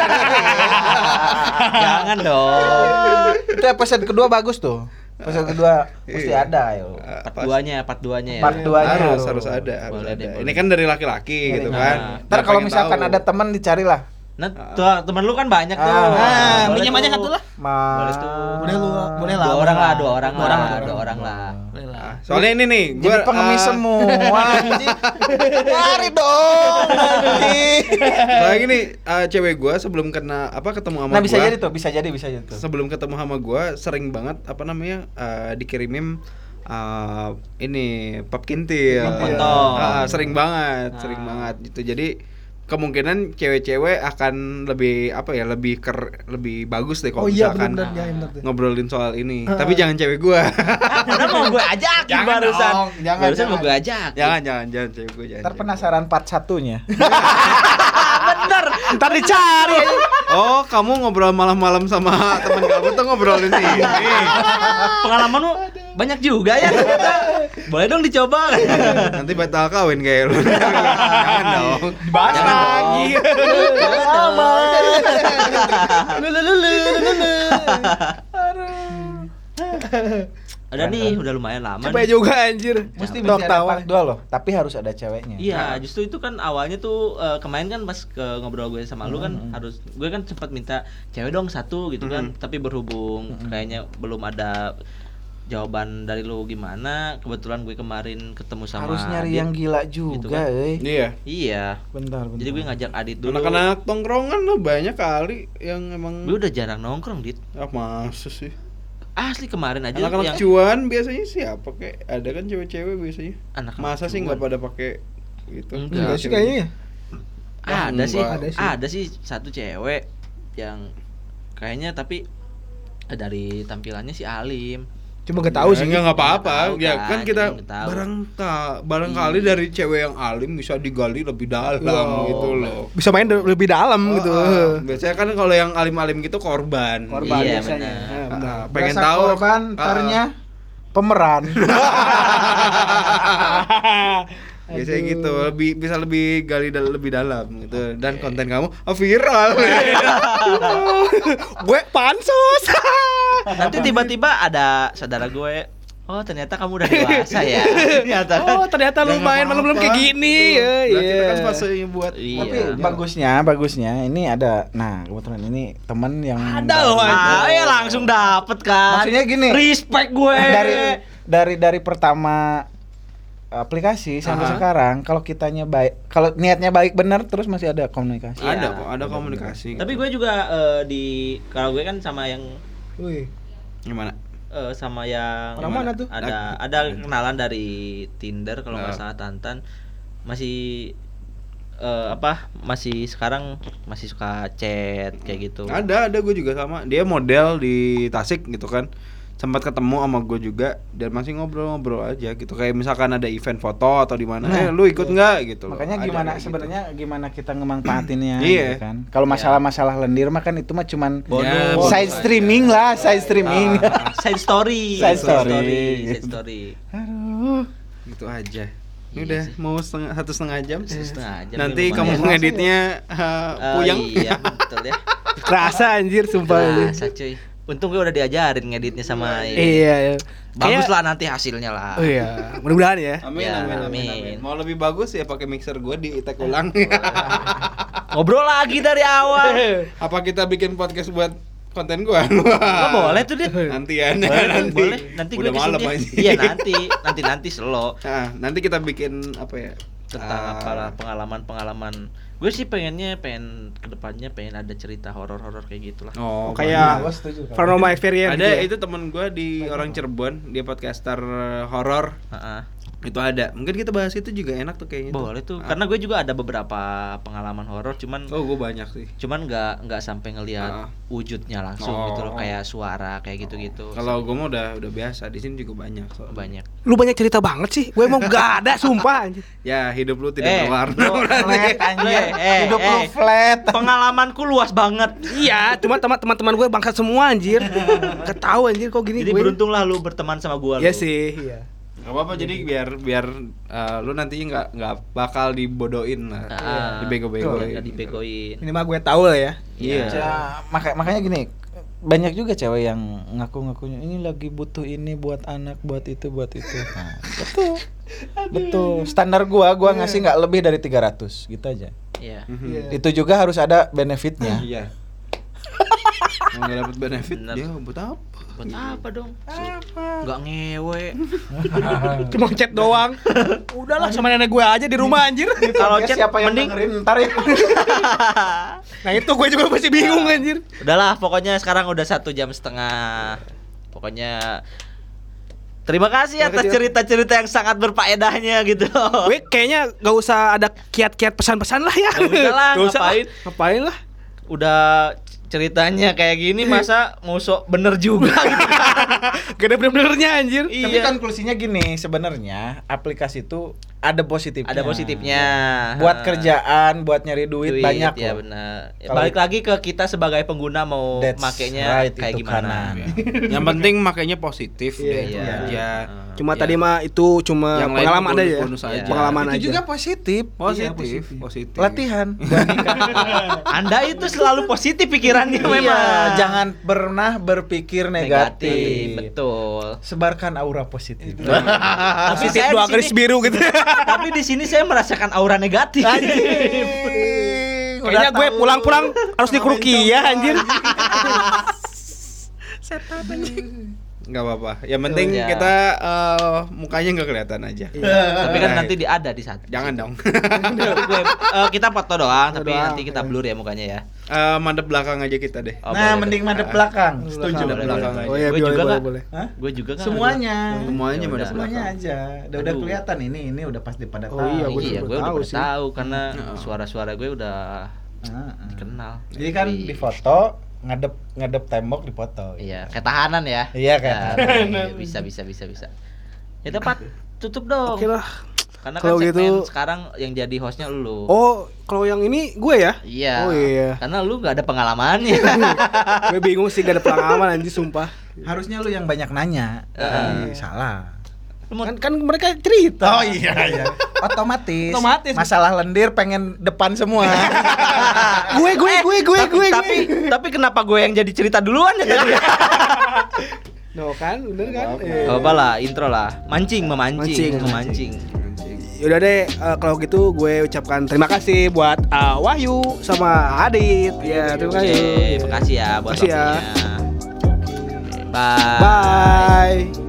Jangan dong. Itu episode kedua bagus tuh. Episode kedua mesti Iya. ada yo. Part duanya, part duanya ya. Part duanya harus tuh. harus ada, harus Boleh ada. deh, boleh. Ini kan dari laki-laki gitu Nah. kan. Ntar Dia kalau pengen misalkan tahu. ada teman dicarilah. Nah, tuh teman lu kan banyak tuh. Ah, Nah, minjem boleh aja tuh. satu lah. Ma Boleh tuh. Boleh lu, boleh lah, Dua boleh orang lah, lah. dua orang Dua orang lah, lah, dua orang lah. Boleh lah. Soalnya ini nih, Jadi gua pengemis uh, semua anjing. Mari dong anjing. Soalnya gini, uh, cewek gua sebelum kena apa ketemu sama Nah, bisa gua. jadi tuh, bisa jadi, bisa jadi tuh. Sebelum ketemu sama gua sering banget apa namanya uh, dikirimin uh, ini pap kintil. Pap kontol. Ah, sering banget, sering Ah. banget gitu. Jadi kemungkinan cewek-cewek akan lebih apa ya, lebih ker, lebih bagus deh kalau Oh iya misalkan benar ya benar tuh. ngobrolin soal ini. Tapi jangan cewek gua. Padahal mau gue ajak Jangan barusan. dong, jangan, barusan jangan. mau gue ajak. jangan, jangan, jangan cewek gua jangan. Ntar cewek penasaran part satunya. Bener. Ntar dicari. gua. Oh, kamu ngobrol malam-malam sama teman kamu tuh ngobrolin ini. Pengalaman lu banyak juga ya ternyata. Boleh dong dicoba. Nanti batal kawin kayak lu. Jangan dong. Dibahas Jangan lagi. Jangan dong. Lu lu lu lu lu lu. Udah nih, udah lumayan lama Capek nih. juga anjir. Mesti Dok bisa ada tawa. part dua loh, tapi harus ada ceweknya. Iya, justru itu kan awalnya tuh eh, kemarin kan pas ke ngobrol gue sama lu kan harus gue kan sempat minta cewek dong satu gitu kan, tapi berhubung kayaknya belum ada jawaban dari lu gimana, kebetulan gue kemarin ketemu sama Harus nyari Adit. yang gila Gitu juga, kan. euy. Iya. Iya. Bentar, bentar. Jadi gue ngajak Adit dulu. Anak-anak tongkrongan lah banyak kali yang emang Gue udah jarang nongkrong, Dit. ah masa sih. Asli kemarin aja Anak-anak yang cuan biasanya siapa kayak ada kan cewek-cewek biasanya. anak Masa sih nggak pada pakai gitu? Enggak Enggak sih kayaknya ya. ada enggak. sih, Ada sih. ada sih satu cewek yang kayaknya tapi dari tampilannya si alim. Cuma gak tahu sih. Enggak nggak apa-apa. Nggak tahu Ya kan, kan kita nggak tahu. barang tak barangkali Iya. dari cewek yang alim bisa digali lebih dalam Wow. gitu loh. Bisa main de- lebih dalam gitu. Ah, biasanya kan kalau yang alim-alim gitu korban. Korban Iya, biasanya. benar. Ah, benar. Ah, pengen Berasa tahu korban, ah, tarnya pemeran. biasanya gitu lebih bisa lebih gali dal- lebih dalam gitu dan konten kamu oh, viral. Gue pansos. Nanti tiba-tiba ada saudara gue, oh ternyata kamu udah dewasa ya. Ternyata. Oh, ternyata lu Ya, nggak main malam-malam kayak apa-apa. gini. Betul. Ya, Berarti kita kan iya. fasenya buat Iya. Tapi bagusnya, bagusnya ini ada. Nah, kebetulan ini teman yang Ada loh, Ah, ya langsung dapet kan. Maksudnya gini. Respect gue. dari dari dari pertama aplikasi sampai Aha. sekarang kalau kitanya baik, kalau niatnya baik benar terus masih ada komunikasi. Iya. ada kok ada komunikasi. Tapi gitu. gue juga eh, di kalau gue kan sama yang Wih. Gimana? eh, sama yang Orang mana tuh? Ada ada kenalan dari Tinder kalau nggak Ah. salah Tantan. Masih eh, apa? Masih sekarang masih suka chat kayak gitu. Ada ada gue juga sama. Dia model di Tasik gitu kan. sempat ketemu sama gue juga dan masih ngobrol-ngobrol aja gitu. Kayak misalkan ada event foto atau di mana, Nah, eh lu ikut nggak gitu. loh. Makanya Ada gimana kayak gitu. sebenarnya gimana kita ngemanfaatinnya Iya. gitu kan. Kalau masalah-masalah lendir mah kan itu mah cuman Ya, side bonus streaming lah, side streaming. Side story. Side story. Side story. Aduh. gitu aja. Ini Iya udah sih. mau setengah satu setengah jam. Setengah jam Nanti ya, kamu lumayan. ngeditnya uh, Oh, puyeng. Iya, betul ya. Kerasa anjir sumpah anjir. Kerasa cuy. Untung gue udah diajarin ngeditnya sama ini. Iya, iya. Bagus Kayak- lah nanti hasilnya lah. Oh iya, mudah-mudahan ya. Amin, Ya, amin, amin, amin. amin. Mau lebih bagus ya pakai mixer gue di tag ulang. Ngobrol lagi dari awal. Apa kita bikin podcast buat konten gue? Nggak boleh tuh dia. Nanti ya, Boleh, tuh, nanti. boleh. Nanti gue Udah malam kesini. aja. Iya nanti, nanti nanti slow Nah, nanti kita bikin apa ya? tentang Ah, apalah pengalaman-pengalaman. Gue sih pengennya pengen kedepannya pengen ada cerita horor-horor kayak gitulah. Oh, Oh, kayak Gua setuju. paranormal experience ada gitu ya. itu temen gue di orang Cirebon, dia podcaster uh, horor. Heeh. Itu ada. Mungkin kita bahas itu juga enak tuh kayaknya. tuh. Boleh tuh. Ah. Karena gue juga ada beberapa pengalaman horor cuman Oh, gue banyak sih. cuman nggak nggak sampai ngelihat Ah. wujudnya langsung Oh. gitu loh kayak suara kayak gitu-gitu. Kalau gue mah udah udah biasa, di sini juga banyak. soalnya. banyak. Lu banyak cerita banget sih. Gue emang gak ada sumpah anjir. Ya, hidup lu tidak Eh, berwarna. lu- Flat anjir. Eh, eh, Hidup lu eh. flat. Pengalamanku luas banget. Iya, cuma teman-teman gue bangsat semua anjir. Gak tahu anjir kok gini Jadi gue. beruntunglah lu berteman sama gua Iya lu. sih, iya. Gak apa-apa, jadi biar biar uh, lu nantinya nggak nggak bakal dibodohin lah, Ah. dibego-begoin. Nggak dibegoin. Ini mah gue tahu lah ya. Iya. Ya, maka, makanya gini, banyak juga cewek yang ngaku-ngakunya ini lagi butuh ini buat anak, buat itu, buat itu. Nah, betul. Betul. Standar gua, gua ngasih nggak lebih dari tiga ratus gitu aja. Iya. Mhm. Iya. Itu juga harus ada benefitnya. Iya. Mau nggak dapet benefit, Bener. dia buat apa? Buat apa dong? Enggak ngewe. Cuma chat doang. Udahlah sama nenek gue aja di rumah anjir. Kalau Podcast chat siapa yang mending dengerin ntar ya. Nah itu gue juga masih bingung anjir. udahlah pokoknya sekarang udah satu jam setengah. Pokoknya terima kasih Terima atas kasih. cerita-cerita yang sangat berfaedahnya gitu. Gue kayaknya gak usah ada kiat-kiat pesan-pesan lah ya. Nggak usah lah, Nggak usah ngapain? Ngapain lah. Udah ceritanya kayak gini masa mau sok bener juga gitu. Gak ada bener-benernya anjir. Tapi Iya. konklusinya gini, sebenarnya aplikasi itu ada positifnya. Ada positifnya. Buat Ha. kerjaan, buat nyari duit, banyak ya loh. benar. Ya, Kalau- balik lagi ke kita sebagai pengguna mau That's makainya right, kayak itu gimana. kanan. Yang penting makanya positif Iya, deh, itu iya. aja. Ah, Cuma iya. tadi mah itu cuma Yang lain pengalaman mah aja ya. bonus-bonus aja. Pengalaman Itu aja. juga positif. Positif, Iya, positif. Latihan. Anda itu selalu positif pikirannya memang. Iya, jangan pernah berpikir negatif. Betul. Sebarkan aura positif. Tapi Positif saya dua di garis sini- biru gitu. Tapi di sini saya merasakan aura negatif. Kayaknya gue pulang-pulang harus dikerukiah anjir. Nggak apa-apa. Yang penting Iya. kita uh, mukanya nggak kelihatan aja. Tapi kan Nah, nanti di ada di saat. Jangan dong. Gue, eh, kita foto doang, tapi doang, nanti kita blur ya mukanya ya. Eh, mandep belakang aja kita deh. Oh, Nah, boleh, mending boleh. madep belakang. Setuju. Madep belakang aja. Oh iya, Gue boleh, juga boleh, nggak. boleh. Hah? Gue juga kan. Semuanya. Semuanya Ya madep udah. Semuanya belakang. aja. Udah udah Aduh. kelihatan ini, ini udah pasti pada Oh tahu. iya, gue Iya, juga gue udah tahu pada sih. tahu karena Heeh. suara-suara gue udah Heeh. dikenal. Jadi kan Dari- di foto ngadep ngadep tembok di foto. Iya, kayak tahanan ya. Iya, kayak Ya, tahanan. iya, bisa bisa bisa bisa. Ya dapat tutup dong. Oke lah. Karena Kalau kan segmen gitu- sekarang yang jadi hostnya lu. Oh, kalau yang ini gue ya? Iya. Oh iya. Karena lu nggak ada pengalamannya. Gue bingung sih gak ada pengalaman anjir sumpah. Harusnya lu yang banyak nanya. Heeh. Ih, salah. Lu mau- Kan kan mereka cerita. Oh iya iya. Otomatis. Otomatis. Masalah lendir pengen depan semua. gue gue gue gue tapi, gue. tapi tapi kenapa gue yang jadi cerita duluan ya tadi? No kan, bener kan? Apa-apa. Eh. Gak apa lah, intro lah. Mancing, memancing, Mancing, memancing. Yaudah deh, eh, kalau gitu gue ucapkan terima kasih buat uh, Wahyu sama Adit. Ya, terima kasih. Oke, makasih ya buat Makasih ya. waktunya. Oke, bye. Bye.